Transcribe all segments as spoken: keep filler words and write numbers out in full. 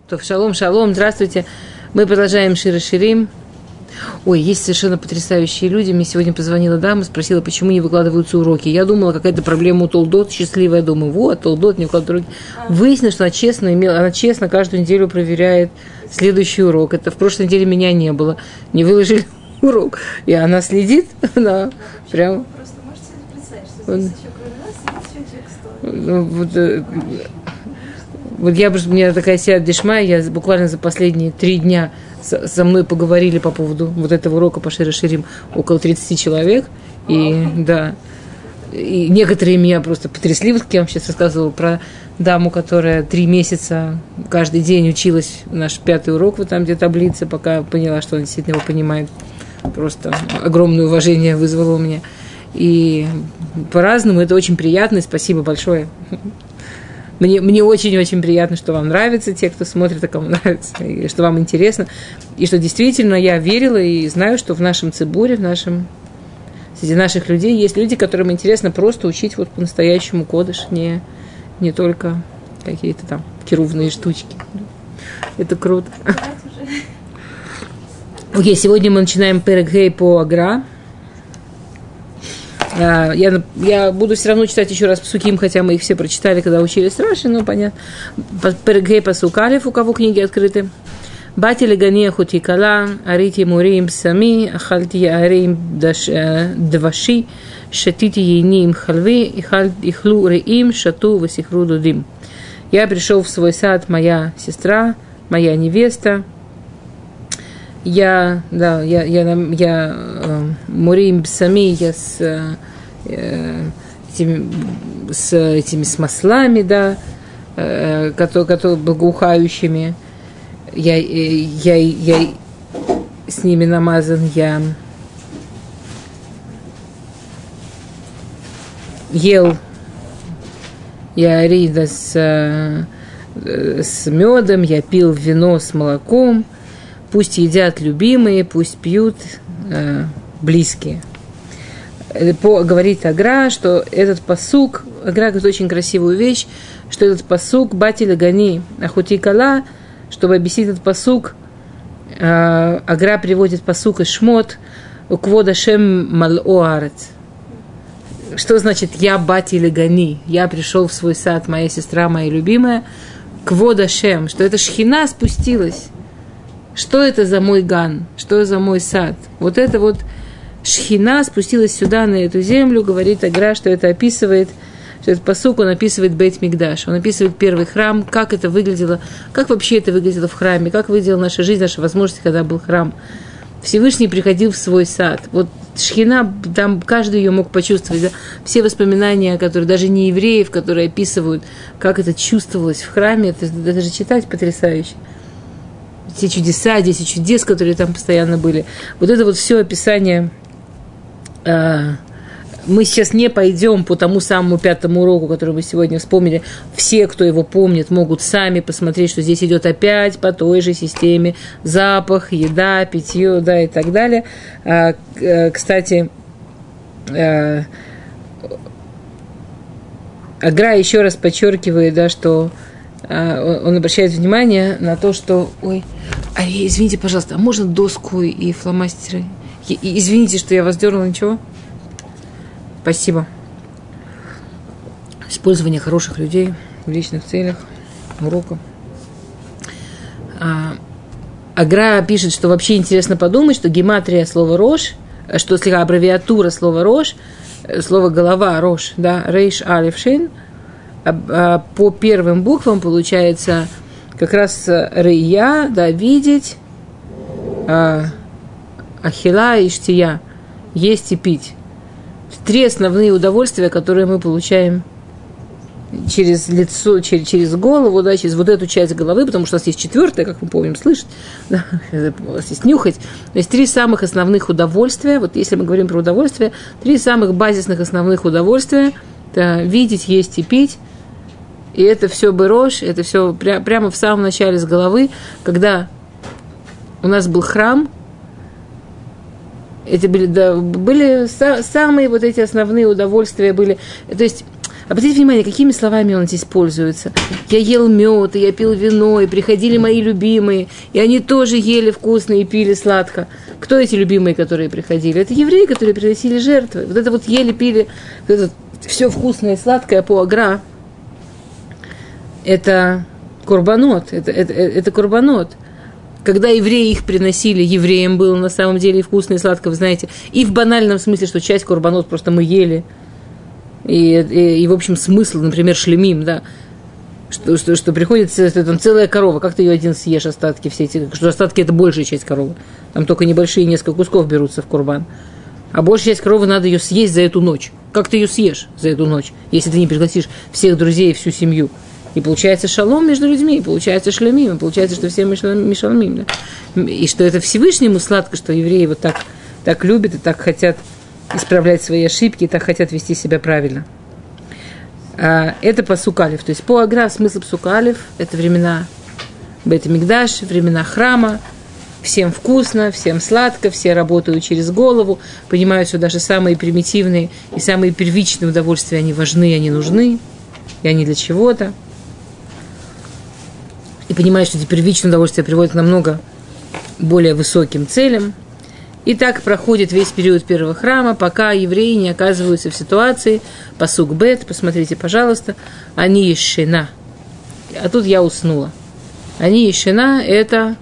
То, шалом, шалом, здравствуйте. Мы продолжаем Шир ха-Ширим. Ой, есть совершенно потрясающие люди. Мне сегодня позвонила дама, спросила, почему не выкладываются уроки. Я думала, какая-то проблема у Толдот, счастливая. Думаю, вот, Толдот не выкладывает уроки. Выяснилось, что она честно, имела, она честно каждую неделю проверяет следующий урок. Это в прошлой неделе меня не было. Не выложили урок. И она следит. Да, прям. Просто можете представить, что здесь еще кроме нас есть еще человек сто. Вот, вот я, у меня такая сиат дишма, я буквально за последние три дня со, со мной поговорили по поводу вот этого урока по Шир ха-Ширим около тридцати человек. И да, и некоторые меня просто потрясли. Вот я вам сейчас рассказывала про даму, которая три месяца каждый день училась наш пятый урок, вот там где таблица, пока поняла, что она действительно его понимает. Просто огромное уважение вызвало у меня. И по-разному это очень приятно, и спасибо большое. Мне, мне очень-очень приятно, что вам нравится, те, кто смотрит, а кому нравится, и что вам интересно. И что действительно я верила и знаю, что в нашем цибуре, в нашем, среди наших людей есть люди, которым интересно просто учить вот по-настоящему кодыш, не, не только какие-то там кирувные штучки. Это круто. Окей, okay, сегодня мы начинаем перек гей по Агра. Я, я буду все равно читать еще раз псуким, хотя мы их все прочитали, когда учились Раши, ну, понятно. Перек гей пасук алеф, у кого книги открыты. Бати легани ахути кала, арити мурим сами, ахальти арим дваши, шатити ейни им халви, ихлу реим, шату васихру дудим. Я пришел в свой сад, моя сестра, моя невеста. Я, да, я, я, я э, мурим сами, я с, э, этими, с этими с маслами, да, э, которые, которые благоухающими. Я, я, я с ними намазан, я ел, я рида с, с медом, я пил вино с молоком. Пусть едят любимые, пусть пьют э, близкие. По, говорит Агра, что этот пасук, Агра говорит очень красивую вещь, что этот пасук, бати лагани ахути кала, чтобы объяснить этот пасук, э, Агра приводит пасук из Шмот, уквода шем малоарец. Что значит я бати лагани? Я пришел в свой сад, моя сестра, моя любимая, квода шем, что эта шхина спустилась. Что это за мой ган? Что это за мой сад? Вот это вот шхина спустилась сюда, на эту землю, говорит Агра, что это описывает, что этот пасук, он описывает Бейт Микдаш, он описывает первый храм, как это выглядело, как вообще это выглядело в храме, как выглядела наша жизнь, наша возможность, когда был храм. Всевышний приходил в свой сад. Вот шхина, там каждый ее мог почувствовать. Да? Все воспоминания, которые даже не евреев, которые описывают, как это чувствовалось в храме, это даже читать потрясающе. Те чудеса, десять чудес, которые там постоянно были. Вот это вот все описание. Э, мы сейчас не пойдем по тому самому пятому уроку, который мы сегодня вспомнили. Все, кто его помнит, могут сами посмотреть, что здесь идет опять по той же системе. Запах, еда, питье, да, и так далее. А, э, кстати, э, Агра еще раз подчеркивает, да, что он обращает внимание на то, что... Ой, Ария, извините, пожалуйста, а можно доску и фломастеры? И, извините, что я вас дернула, ничего? Спасибо. Использование хороших людей в личных целях, урока. А, Агра пишет, что вообще интересно подумать, что гематрия слова «рош», что слегка аббревиатура слова «рош», слово «голова», «рош», да, «рейш алиф шин», по первым буквам получается как раз рыя, да, видеть, а, ахила и штия, есть и пить. Три основные удовольствия, которые мы получаем через лицо, через, через голову, да, через вот эту часть головы, потому что у нас есть четвертая, как мы помним, слышать, да, у нас есть нюхать. То есть три самых основных удовольствия, вот если мы говорим про удовольствие, три самых базисных основных удовольствия – это видеть, есть и пить. И это все бэрош, это все пря- прямо в самом начале с головы, когда у нас был храм, эти были, да, были са- самые вот эти основные удовольствия были. То есть Обратите внимание, какими словами он здесь пользуется. Я ел мед, и я пил вино, и приходили мои любимые, и они тоже ели вкусно и пили сладко. Кто эти любимые, которые приходили? Это евреи, которые приносили жертвы. Вот это вот ели, пили, вот это все вкусное и сладкое по агра. Это курбанот, это, это, это курбанот. Когда евреи их приносили, евреям было на самом деле и вкусно, и сладко, вы знаете. И в банальном смысле, что часть курбанот просто мы ели. И, и, и в общем, смысл, например, шлемим, да, что, что, что приходится, там целая корова, как ты ее один съешь, остатки все эти, что остатки – это большая часть коровы. Там только небольшие несколько кусков берутся в курбан. А большая часть коровы надо ее съесть за эту ночь. Как ты ее съешь за эту ночь, если ты не пригласишь всех друзей и всю семью? И получается шалом между людьми, и получается шлемим, и получается, что все мишалмим, да? И что это Всевышнему сладко, что евреи вот так, так любят и так хотят исправлять свои ошибки, и так хотят вести себя правильно. А, это пасук алеф. То есть по агра смысл пасука алеф – это времена бейт микдаш, времена храма. Всем вкусно, всем сладко, все работают через голову, понимают, что даже самые примитивные и самые первичные удовольствия, они важны, они нужны, и они для чего-то. И понимают, что эти первичные удовольствия приводят к намного более высоким целям. И так проходит весь период первого храма, пока евреи не оказываются в ситуации, пасук бет, посмотрите, пожалуйста, они ешена. А тут я уснула. Они ешена – это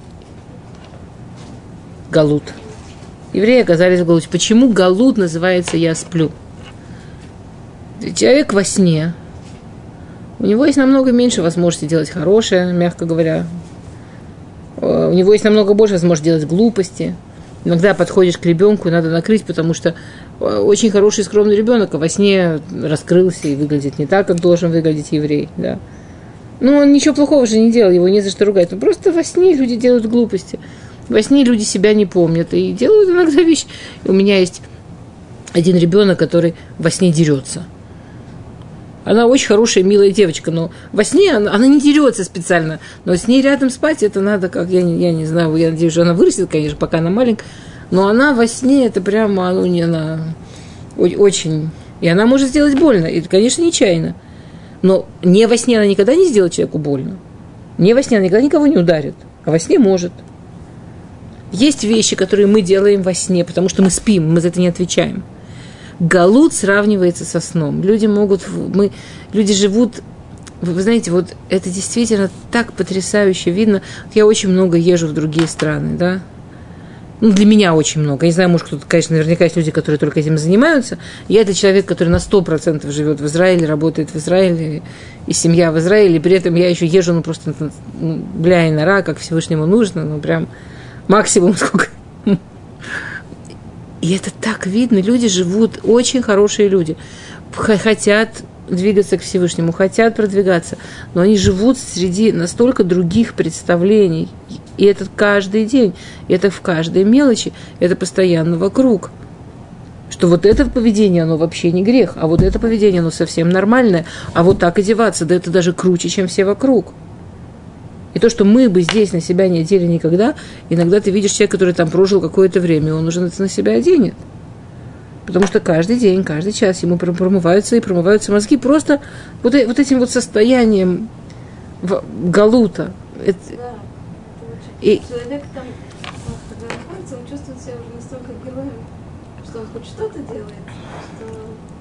галут. Евреи оказались в галуте. Почему галут называется «я сплю»? Человек во сне. У него есть намного меньше возможности делать хорошее, мягко говоря. У него есть намного больше возможности делать глупости. Иногда подходишь к ребенку, и надо накрыть, потому что очень хороший скромный ребенок, а во сне раскрылся и выглядит не так, как должен выглядеть еврей. Да. Ну, он ничего плохого же не делал, его не за что ругать. Но просто во сне люди делают глупости. Во сне люди себя не помнят и делают иногда вещи. У меня есть один ребенок, который во сне дерется. Она очень хорошая, милая девочка, но во сне она, она не дерется специально. Но с ней рядом спать это надо, как я не, я не знаю, я надеюсь, что она вырастет, конечно, пока она маленькая. Но она во сне, это прямо, ну, не она очень... И она может сделать больно, и, конечно, нечаянно. Но не во сне она никогда не сделает человеку больно. Не во сне она никогда никого не ударит, а во сне может. Есть вещи, которые мы делаем во сне, потому что мы спим, мы за это не отвечаем. Галут сравнивается со сном. Люди могут, мы, люди живут, вы знаете, вот это действительно так потрясающе видно. Я очень много езжу в другие страны, да. Ну, для меня очень много. Я не знаю, может, кто-то, конечно, наверняка есть люди, которые только этим занимаются. Я это человек, который на сто процентов живет в Израиле, работает в Израиле, и семья в Израиле. И при этом я еще езжу, ну, просто, ну, бля и нора, как Всевышнему нужно, ну, прям максимум сколько... И это так видно, люди живут, очень хорошие люди, хотят двигаться к Всевышнему, хотят продвигаться, но они живут среди настолько других представлений, и это каждый день, и это в каждой мелочи, это постоянно вокруг, что вот это поведение, оно вообще не грех, а вот это поведение, оно совсем нормальное, а вот так одеваться, да это даже круче, чем все вокруг. И то, что мы бы здесь на себя не одели никогда, иногда ты видишь человека, который там прожил какое-то время, он уже это на себя оденет. Потому что каждый день, каждый час ему промываются и промываются мозги просто вот, вот этим вот состоянием галута. Это, да, это и, человек там, когда находится, он чувствует себя уже настолько героем, что он хоть что-то делает, что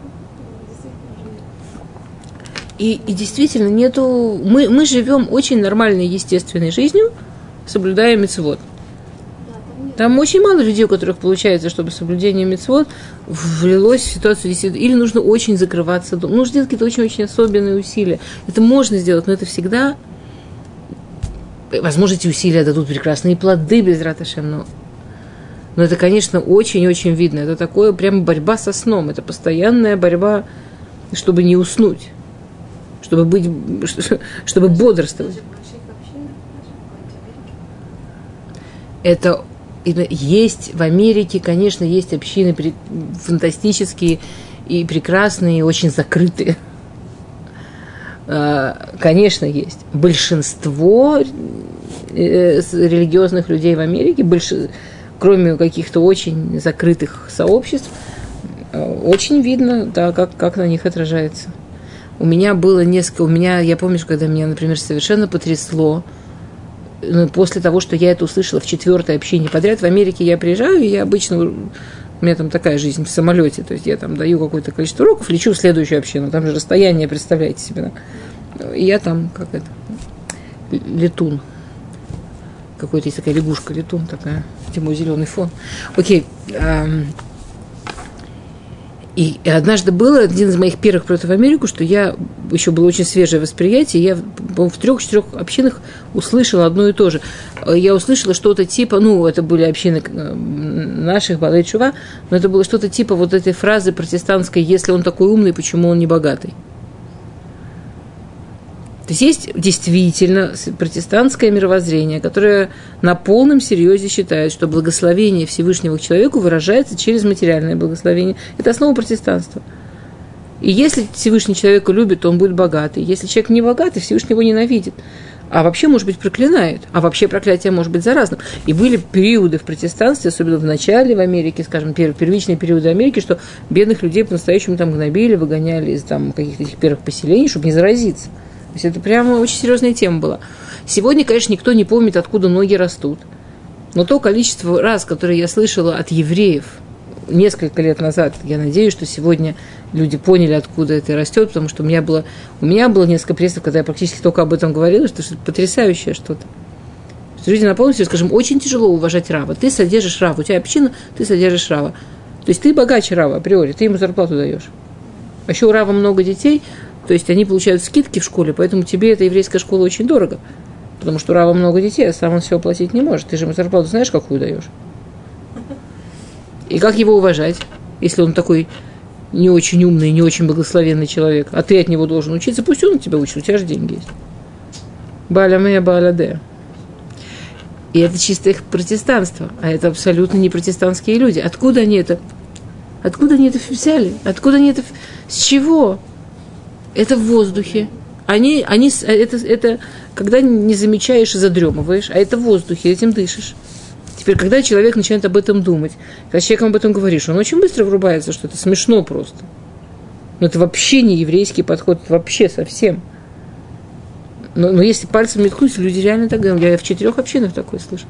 И, и действительно, нету... Мы, мы живем очень нормальной, естественной жизнью, соблюдая мицвот. Да, там, там очень мало людей, у которых получается, чтобы соблюдение мицвот влилось в ситуацию, или нужно очень закрываться дома. Нужно делать какие-то очень-очень особенные усилия. Это можно сделать, но это всегда... Возможно, эти усилия дадут прекрасные плоды без раташем, но... Но это, конечно, очень-очень видно. Это такое прям борьба со сном. Это постоянная борьба, чтобы не уснуть. Чтобы быть, чтобы бодрствовать. Это есть в Америке, конечно, есть общины фантастические и прекрасные, и очень закрытые. Конечно, есть. Большинство религиозных людей в Америке, кроме каких-то очень закрытых сообществ, очень видно, да, как, как на них отражается. У меня было несколько, у меня, я помню, когда меня, например, совершенно потрясло, после того, что я это услышала в четвертой общине подряд, в Америке я приезжаю, и я обычно, у меня там такая жизнь в самолете, то есть я там даю какое-то количество уроков, лечу в следующую общину, там же расстояние, представляете себе, да? И я там, как это, летун, какой-то есть такая лягушка, летун такая, где мой зеленый фон. Окей, и однажды было один из моих первых полетов в Америку, что я, еще было очень свежее восприятие, я в трех-четырех общинах услышала одно и то же. Я услышала что-то типа, ну, это были общины наших, Балей Тшува, но это было что-то типа вот этой фразы протестантской: если он такой умный, почему он не богатый? То есть есть действительно протестантское мировоззрение, которое на полном серьезе считает, что благословение Всевышнего к человеку выражается через материальное благословение. Это основа протестанства. И если Всевышний человека любит, то он будет богатый. Если человек не богатый, Всевышний его ненавидит. А вообще, может быть, проклинает. А вообще проклятие может быть заразным. И были периоды в протестанстве, особенно в начале в Америке, скажем, первичные периоды Америки, что бедных людей по-настоящему там гнобили, выгоняли из там, каких-то этих первых поселений, чтобы не заразиться. То есть это прямо очень серьезная тема была. Сегодня, конечно, никто не помнит, откуда ноги растут. Но то количество раз, которое я слышала от евреев несколько лет назад, я надеюсь, что сегодня люди поняли, откуда это растет, потому что у меня было, у меня было несколько прессов, когда я практически только об этом говорила, что это потрясающее что-то. Что люди наполнились, скажем, очень тяжело уважать рава. Ты содержишь рава, у тебя община, ты содержишь рава. То есть ты богаче рава априори, ты ему зарплату даешь. А еще у рава много детей. То есть они получают скидки в школе, поэтому тебе эта еврейская школа очень дорого. Потому что у рава много детей, а сам он все оплатить не может. Ты же ему зарплату знаешь, какую даешь? И как его уважать, если он такой не очень умный, не очень благословенный человек, а ты от него должен учиться? Пусть он тебя учит, у тебя же деньги есть. Бааля мея, бааля де. И это чисто их протестанство, а это абсолютно не протестантские люди. Откуда они это? Откуда они это взяли? Откуда они это? С чего? Это в воздухе. Они, они, это, это когда не замечаешь и задремываешь, а это в воздухе, этим дышишь. Теперь, когда человек начинает об этом думать, когда человеком об этом говоришь, он очень быстро врубается, что это смешно просто. Но это вообще не еврейский подход, вообще совсем. Но, но если пальцем не ткнуть, люди реально так говорят. Я в четырех общинах такое слышу.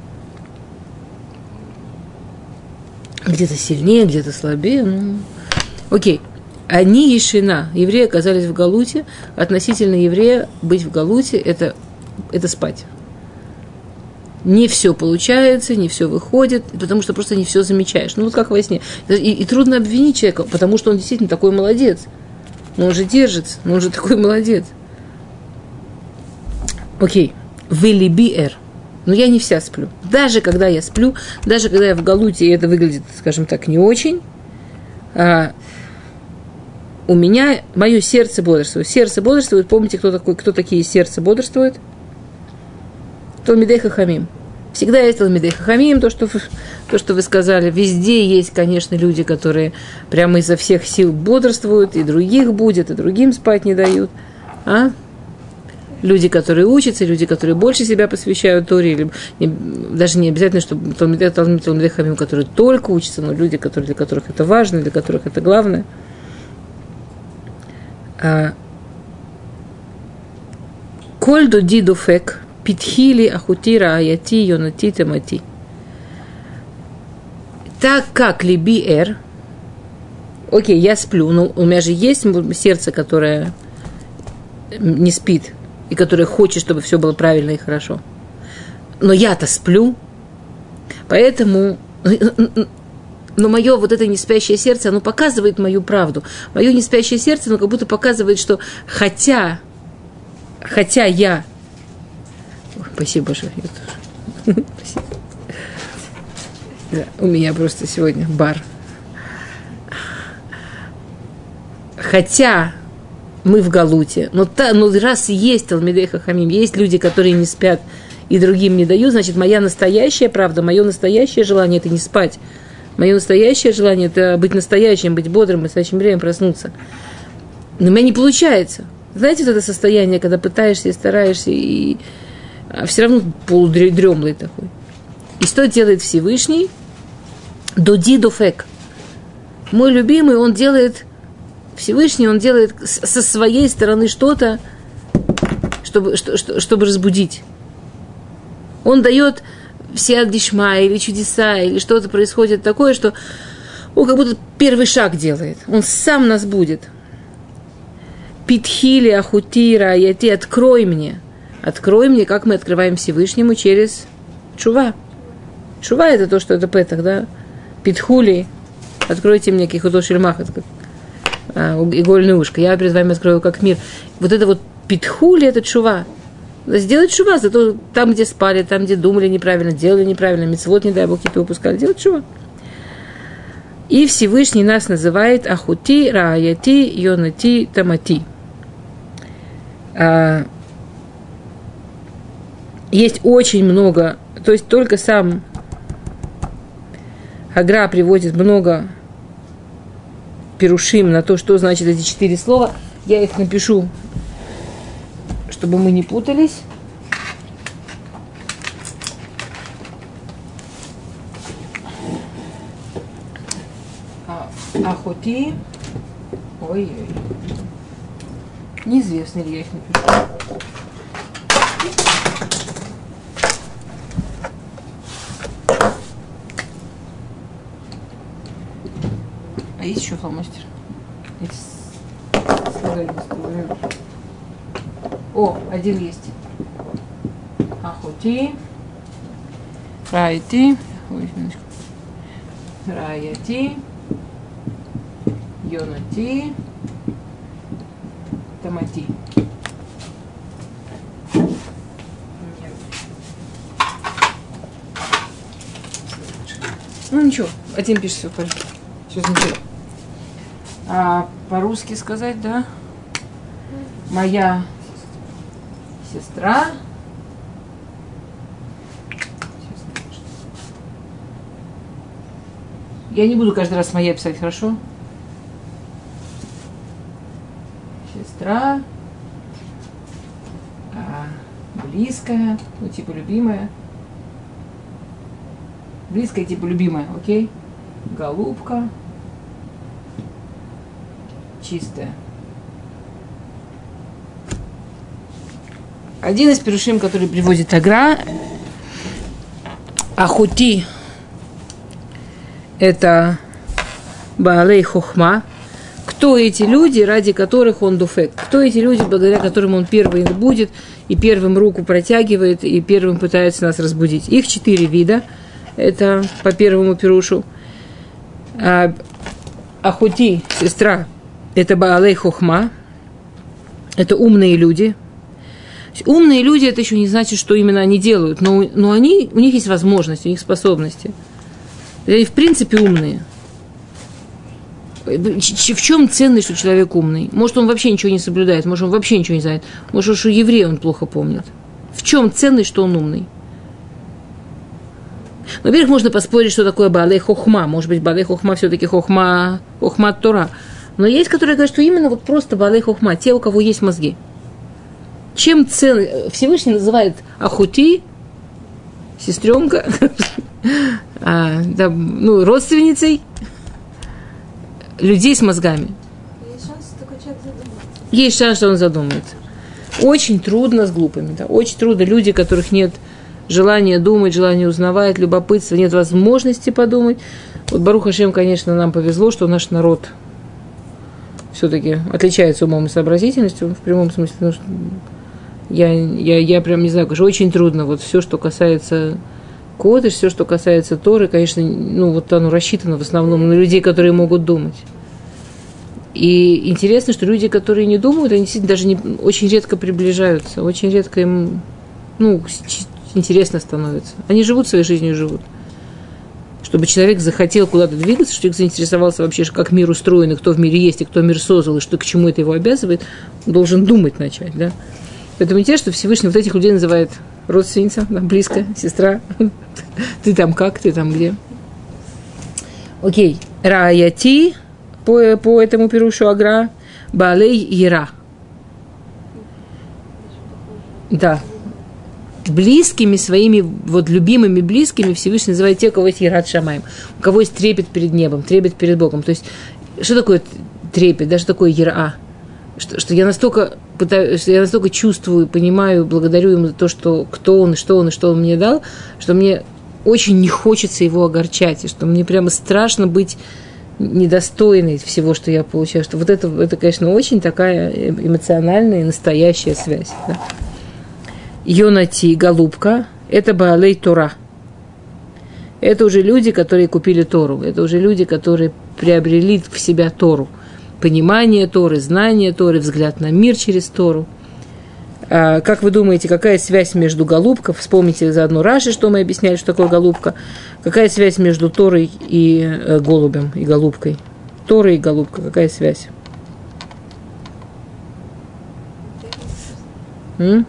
Где-то сильнее, где-то слабее. Ну. Окей. Они ешина. Евреи оказались в Галуте. Относительно еврея быть в Галуте – это, это спать. Не все получается, не все выходит, потому что просто не все замечаешь. Ну, вот как во сне. И, и трудно обвинить человека, потому что он действительно такой молодец. Но он же держится, но он же такой молодец. Окей. Велиби эр. Но я не вся сплю. Даже когда я сплю, даже когда я в Галуте, и это выглядит, скажем так, не очень, а, у меня мое сердце бодрствует. Сердце бодрствует. Помните, кто, такой, кто такие сердце бодрствует? Талмидей Хахамим. Всегда есть Талмидей Хахамим, то что, то, что вы сказали. Везде есть, конечно, люди, которые прямо изо всех сил бодрствуют, и других будет, и другим спать не дают. А? Люди, которые учатся, люди, которые больше себя посвящают Торе, или не, даже не обязательно, чтобы Талмидей Хахамим, которые только учатся, но люди, которые, для которых это важно, для которых это главное. Коль доди дофек, питхили ахутира аяти йонати темати. Так как либи эр, окей, я сплю, но у меня же есть сердце, которое не спит, и которое хочет, чтобы все было правильно и хорошо. Но я-то сплю, поэтому... Но мое вот это неспящее сердце, оно показывает мою правду. Мое неспящее сердце, оно как будто показывает, что хотя, хотя я... Ой, спасибо большое. Спасибо. Да, у меня просто сегодня бар. Хотя мы в Галуте, но, та, но раз есть Талмидей Хахамим, есть люди, которые не спят и другим не дают, значит, моя настоящая правда, мое настоящее желание – это не спать. Мое настоящее желание – это быть настоящим, быть бодрым, настоящим временем проснуться. Но у меня не получается. Знаете, вот это состояние, когда пытаешься и стараешься, и а все равно полудремлый такой. И что делает Всевышний? Доди дофек. Мой любимый, он делает Всевышний, он делает со своей стороны что-то, чтобы, чтобы разбудить. Он дает все дишма или чудеса, или что-то происходит такое, что он как будто первый шаг делает. Он сам нас будет. Питхили, ахутира, яти, открой мне. Открой мне, как мы открываем Всевышнему через чува. Чува – это то, что это петах, да? Питхули, откройте мне кихудо шельмах, это как а, игольное ушко. Я перед вами открою как мир. Вот это вот питхули – это чува. Сделать чува, зато там, где спали, там, где думали неправильно, делали неправильно, мицвот, не дай Бог, кипи упускали, делать чува. И Всевышний нас называет ахути, рааяти, йонати, тамати. А, есть очень много, то есть только сам Агра приводит много пирушим на то, что значит эти четыре слова. Я их напишу, чтобы мы не путались. Ахоти. Ой-ой. Неизвестно ли я их напишу. А есть еще фломастер? О, один есть. Ахоти. Райти. Раяти. Йонати. Тамати. Ну ничего, один пишет все хорошо. Все значит. А по-русски сказать, да? Моя сестра. Я не буду каждый раз моя писать, хорошо? Сестра. А, близкая, ну типа любимая. Близкая типа любимая, окей? Голубка. Чистая. Один из пирушим, который приводит Агра, ахути, это Баалей Хохма. Кто эти люди, ради которых он дуфек? Кто эти люди, благодаря которым он первым будет, и первым руку протягивает, и первым пытается нас разбудить? Их четыре вида. Это по первому пирушу. А, ахути, сестра, это Баалей Хохма. Это умные люди. Умные люди, это еще не значит, что именно они делают, но, но они, у них есть возможности, у них способности. Они в принципе умные. В чем ценность, что человек умный? Может, он вообще ничего не соблюдает, может, он вообще ничего не знает, может, что еврей он плохо помнит. В чем ценность, что он умный? Во-первых, можно поспорить, что такое Баалей Хохма. Может быть, Баалей Хохма все-таки Хохма, Хохма Тора. Но есть, которые говорят, что именно вот просто Баалей Хохма, те, у кого есть мозги. Чем ценный? Всевышний называет ахути, сестренка, а, да, ну, родственницей людей с мозгами. Есть шанс, что такой человек задумается. Есть шанс, что он задумается. Очень трудно с глупыми, да, очень трудно. Люди, у которых нет желания думать, желания узнавать, любопытства, нет возможности подумать. Вот Барух Ашем, конечно, нам повезло, что наш народ все-таки отличается умом и сообразительностью, в прямом смысле, потому что я, я, я прям не знаю, конечно, очень трудно. Вот все, что касается кодыш, все, что касается Торы, конечно, ну, вот оно рассчитано в основном на людей, которые могут думать. И интересно, что люди, которые не думают, они действительно даже не, очень редко приближаются, очень редко им, ну, интересно становится. Они живут своей жизнью, живут. Чтобы человек захотел куда-то двигаться, чтобы человек заинтересовался вообще, как мир устроен, и кто в мире есть, и кто мир создал, и что, к чему это его обязывает, он должен думать начать, да. Поэтому интересно, что Всевышний вот этих людей называет родственница, да, близкая, сестра. Ты там как, ты там где? Окей. Раяти, по, по этому пирушу Агра, Баалей Ера. Да. Близкими своими, вот любимыми близкими Всевышний называет тех, у кого есть Ерат Шамаим, у кого есть трепет перед небом, трепет перед Богом. То есть, что такое трепет, даже такой яра, что, что я настолько пытаюсь, что я настолько чувствую, понимаю, благодарю ему за то, что кто он, и что он, и что он мне дал, что мне очень не хочется его огорчать, и что мне прямо страшно быть недостойной всего, что я получаю. Что вот это, это, конечно, очень такая эмоциональная и настоящая связь. Да? Йонати, голубка, это Баалей Тора. Это уже люди, которые купили Тору. Это уже люди, которые приобрели в себя Тору. Понимание Торы, знание Торы, взгляд на мир через Тору. А, как вы думаете, какая связь между голубкой? Вспомните заодно Раши, что мы объясняли, что такое голубка. Какая связь между Торой и э, голубем, и голубкой? Тора и голубка, какая связь? М?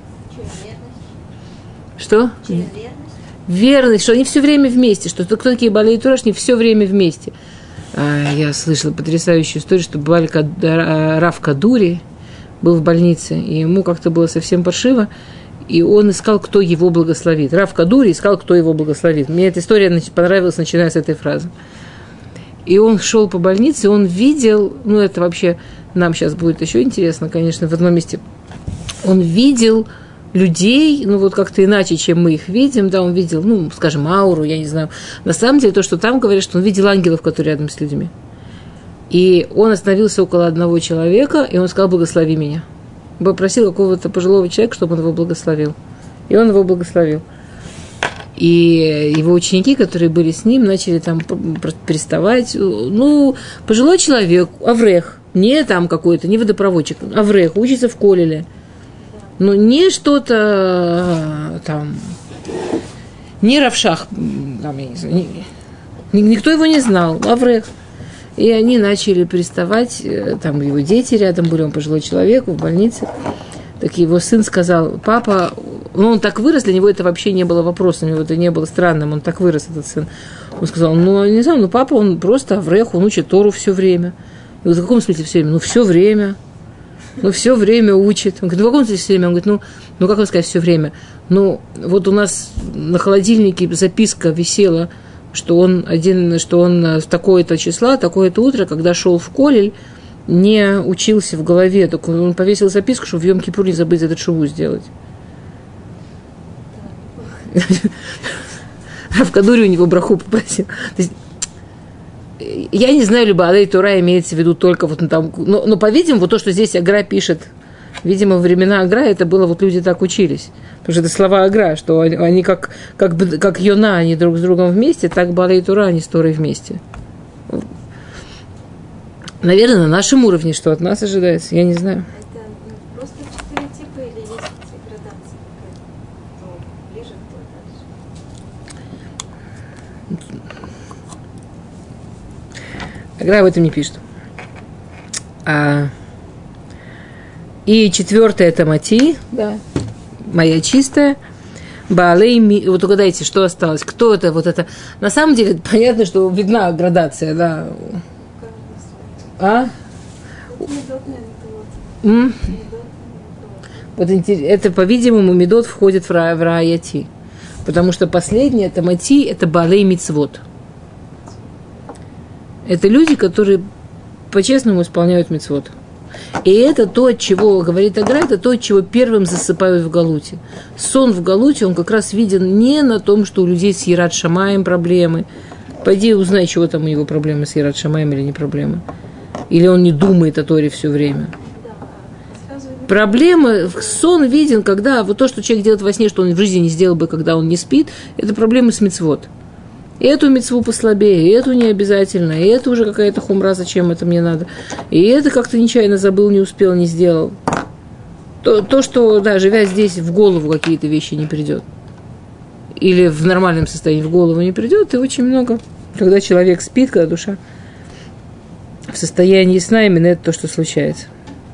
Что? Верность, что они все время вместе, что кто такие Баалей Тора, они все время вместе. А, я слышала потрясающую историю, что Бааль Рав Кадури был в больнице, и ему как-то было совсем паршиво, и он искал, кто его благословит. Рав Кадури искал, кто его благословит. Мне эта история понравилась, начиная с этой фразы. И он шел по больнице, и он видел, ну это вообще нам сейчас будет еще интересно, конечно, в одном месте, он видел людей, ну вот как-то иначе, чем мы их видим, да, он видел, ну, скажем, ауру, я не знаю. На самом деле, то, что там говорят, что он видел ангелов, которые рядом с людьми. И он остановился около одного человека, и он сказал: благослови меня. Попросил какого-то пожилого человека, чтобы он его благословил. И он его благословил. И его ученики, которые были с ним, начали там приставать. Ну, пожилой человек, аврех, не там какой-то, не водопроводчик, аврех, учится в колледже. Ну, не что-то там, не равшах, там, я не знаю, не, никто его не знал, аврех. И они начали приставать, там его дети рядом были, он пожилой человек в больнице. Так его сын сказал: папа, ну он так вырос, для него это вообще не было вопросом, его это не было странным, он так вырос, этот сын. Он сказал: ну, не знаю, ну папа, он просто аврех, он учит Тору все время. Я говорю: в каком смысле все время? Ну, все время. Ну, все время учит. Он говорит: ну, в каком смысле все время? Он говорит: ну, ну как вам сказать все время? Ну, вот у нас на холодильнике записка висела, что он один, что он в такое-то числа, такое-то утро, когда шел в колледж, не учился в голове. Так он повесил записку, чтобы в Йом-Кипур не забыть этот шуву сделать. В Кадуре у него браху попросил. Я не знаю, ли Баалей Тора имеется в виду только вот там, но, но по-видимому, вот то, что здесь Агра пишет, видимо, во времена Агра это было, вот люди так учились. Потому что это слова Агра, что они, они как, как, как Йона, они друг с другом вместе, так Баалей Тора, они с Торой вместе. Наверное, на нашем уровне, что от нас ожидается, я не знаю. Это ну, просто четыре типа или есть градация? Кто ближе, кто дальше? Агра об этом не пишет. А, и четвертое это Мати, да, моя чистая. Баалей, ми... вот угадайте, что осталось, кто это, вот это. На самом деле, понятно, что видна градация, да. А? М? Вот это, по-видимому, Медот входит в Рааяти. Потому что последнее, это Мати, это Баалей Мицвот. Это люди, которые по-честному исполняют мицвот. И это то, от чего говорит Агра, это то, от чего первым засыпают в Галуте. Сон в Галуте, он как раз виден не на том, что у людей с Ерат Шамаем проблемы. Пойди узнай, чего там у него проблемы с Ерат Шамаем или не проблемы. Или он не думает о Торе все время. Проблемы, сон виден, когда вот то, что человек делает во сне, что он в жизни не сделал бы, когда он не спит, это проблемы с мицвот. И эту мицву послабее, и эту не обязательно, и это уже какая-то хумра, зачем это мне надо. И это как-то нечаянно забыл, не успел, не сделал. То, то что, да, живя здесь, в голову какие-то вещи не придет. Или в нормальном состоянии в голову не придет, и очень много. Когда человек спит, когда душа в состоянии сна, именно это то, что случается.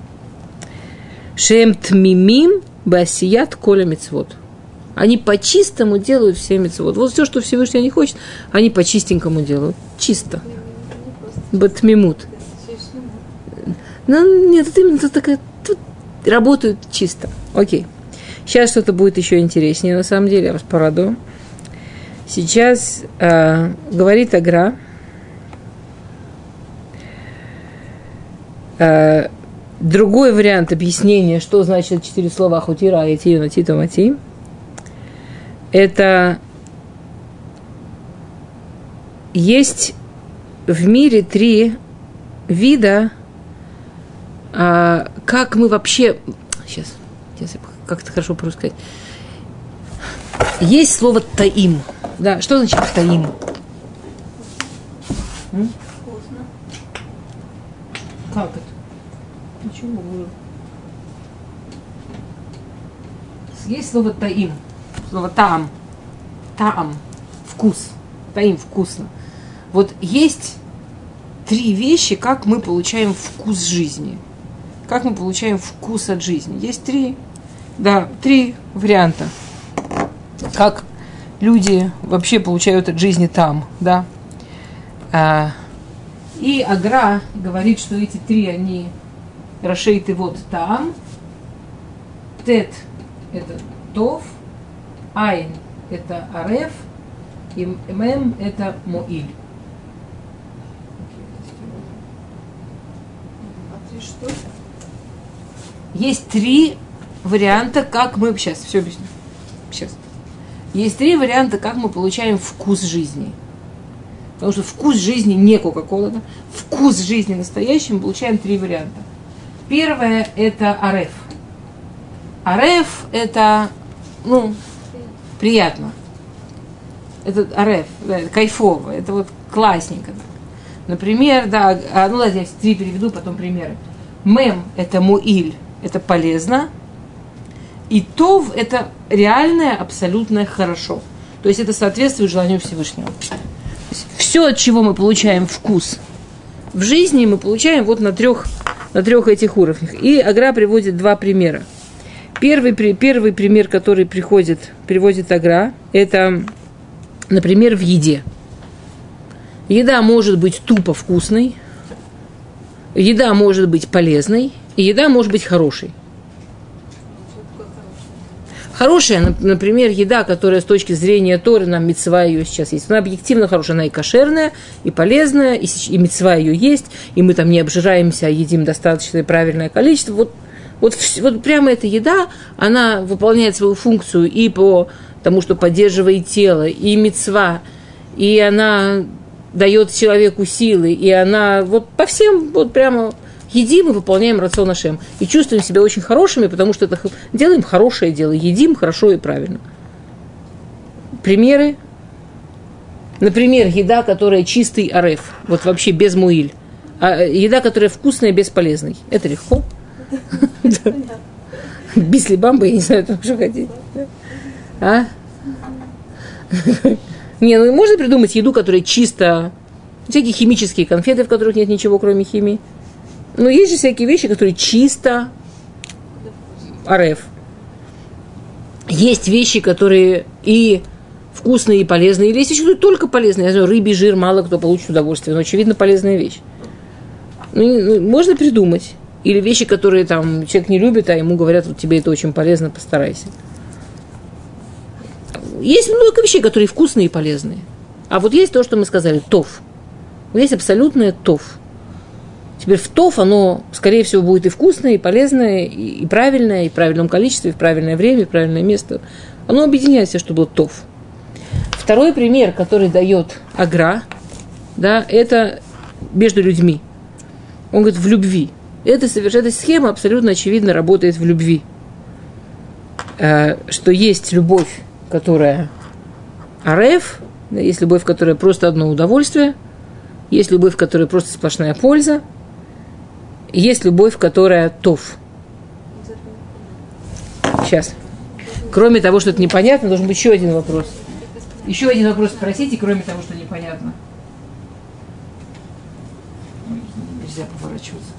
Шем тмимим басият коля мицвот. Они по-чистому делают все мицвот. Вот все, что Всевышний не хочет, они по-чистенькому делают. Чисто. Батмимут. Ну, нет, это именно такая... Тут работают чисто. Окей. Сейчас что-то будет еще интереснее, на самом деле, я вас порадую. Сейчас э, говорит Агра. А, другой вариант объяснения, что значит четыре слова «ахутира», «аятию», «натиту», «мати», это есть в мире три вида, а, как мы вообще... Сейчас, сейчас как-то хорошо по-русски сказать. Есть слово «таим». Да, что значит «таим»? М? Вкусно. Как это? Почему? Есть слово «таим». Слово «таам». «Таам». Вкус. «Таим» – вкусно. Вот есть три вещи, как мы получаем вкус жизни. Как мы получаем вкус от жизни. Есть три, да, три варианта. Как люди вообще получают от жизни там, да. А, и Агра говорит, что эти три, они рашейты вот там. Тет – это тов, айн – это ареф, и мем – это моиль. А ты что? Есть три варианта, как мы... Сейчас, все объясню. Сейчас. Есть три варианта, как мы получаем вкус жизни. Потому что вкус жизни не Кока-Кола, да? Вкус жизни настоящий мы получаем три варианта. Первое – это ареф. Ареф – это, ну, приятно. Это ареф, да, это кайфово, это вот классненько. Так. Например, да, а, ну ладно, я три переведу, потом примеры. Мем – это муиль, это полезно. И тов – это реальное, абсолютное хорошо. То есть это соответствует желанию Всевышнего. Все, от чего мы получаем вкус в жизни, мы получаем вот на трех, на трех этих уровнях. И Агра приводит два примера. Первый, первый пример, который приходит, приводит Агра, это, например, в еде. Еда может быть тупо вкусной, еда может быть полезной, и еда может быть хорошей. Хорошая, например, еда, которая с точки зрения Торы, нам мицва ее сейчас есть, она объективно хорошая, она и кошерная, и полезная, и, и мицва ее есть, и мы там не обжираемся, а едим достаточное правильное количество. Вот, вот, вот прямо эта еда, она выполняет свою функцию и по тому, что поддерживает тело, и мицва, и она дает человеку силы, и она вот по всем вот прямо... Едим и выполняем рацион Ашем. И чувствуем себя очень хорошими, потому что это делаем хорошее дело. Едим хорошо и правильно. Примеры. Например, еда, которая чистый ареф. Вот вообще без муиль. А еда, которая вкусная, бесполезной. Это легко. Бисли бамба, я не знаю, что хотите. А? Не, ну можно придумать еду, которая чисто... Всякие химические конфеты, в которых нет ничего, кроме химии. Но есть же всякие вещи, которые чисто ареф. Есть вещи, которые и вкусные, и полезные. Или есть вещи, которые только полезные. Я знаю, рыбий жир мало кто получит удовольствие, но, очевидно, полезная вещь. Ну, можно придумать. Или вещи, которые там человек не любит, а ему говорят, вот тебе это очень полезно, постарайся. Есть много вещей, которые вкусные и полезные. А вот есть то, что мы сказали, тов. Вот есть абсолютное тов. Теперь в тов оно, скорее всего, будет и вкусное, и полезное, и, и правильное, и в правильном количестве, и в правильное время, и в правильное место. Оно объединяет все, чтобы было тов. Второй пример, который дает Агра, да, это между людьми. Он говорит, в любви. Это, эта схема абсолютно очевидно работает в любви. Что есть любовь, которая ареф, есть любовь, которая просто одно удовольствие, есть любовь, которая просто сплошная польза, есть любовь, которая тов. Сейчас. Кроме того, что это непонятно, должен быть еще один вопрос. Еще один вопрос спросите, кроме того, что непонятно. Нельзя поворачиваться.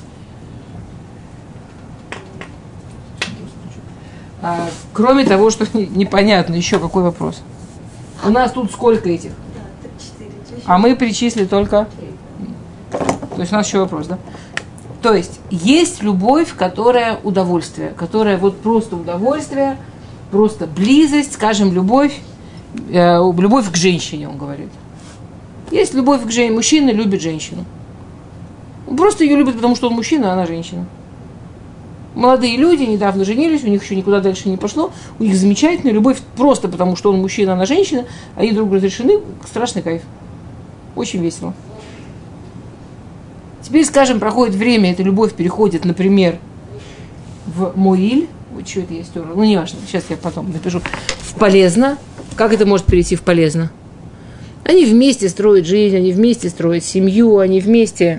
А, кроме того, что непонятно, еще какой вопрос? У нас тут сколько этих? А мы перечислили только... То есть у нас еще вопрос, да? То есть есть любовь, которая удовольствие, которая вот просто удовольствие, просто близость, скажем, любовь, э, любовь к женщине, он говорит. Есть любовь к женщине, мужчина любит женщину. Он просто ее любит, потому что он мужчина, а она женщина. Молодые люди недавно женились, у них еще никуда дальше не пошло, у них замечательная любовь просто потому, что он мужчина, а она женщина, они друг другу разрешены, страшный кайф. Очень весело. Теперь, скажем, проходит время, эта любовь переходит, например, в Моиль. Ой, что это я стерла? Ну, не важно, сейчас я потом напишу. В полезно. Как это может перейти в полезно? Они вместе строят жизнь, они вместе строят семью, они вместе,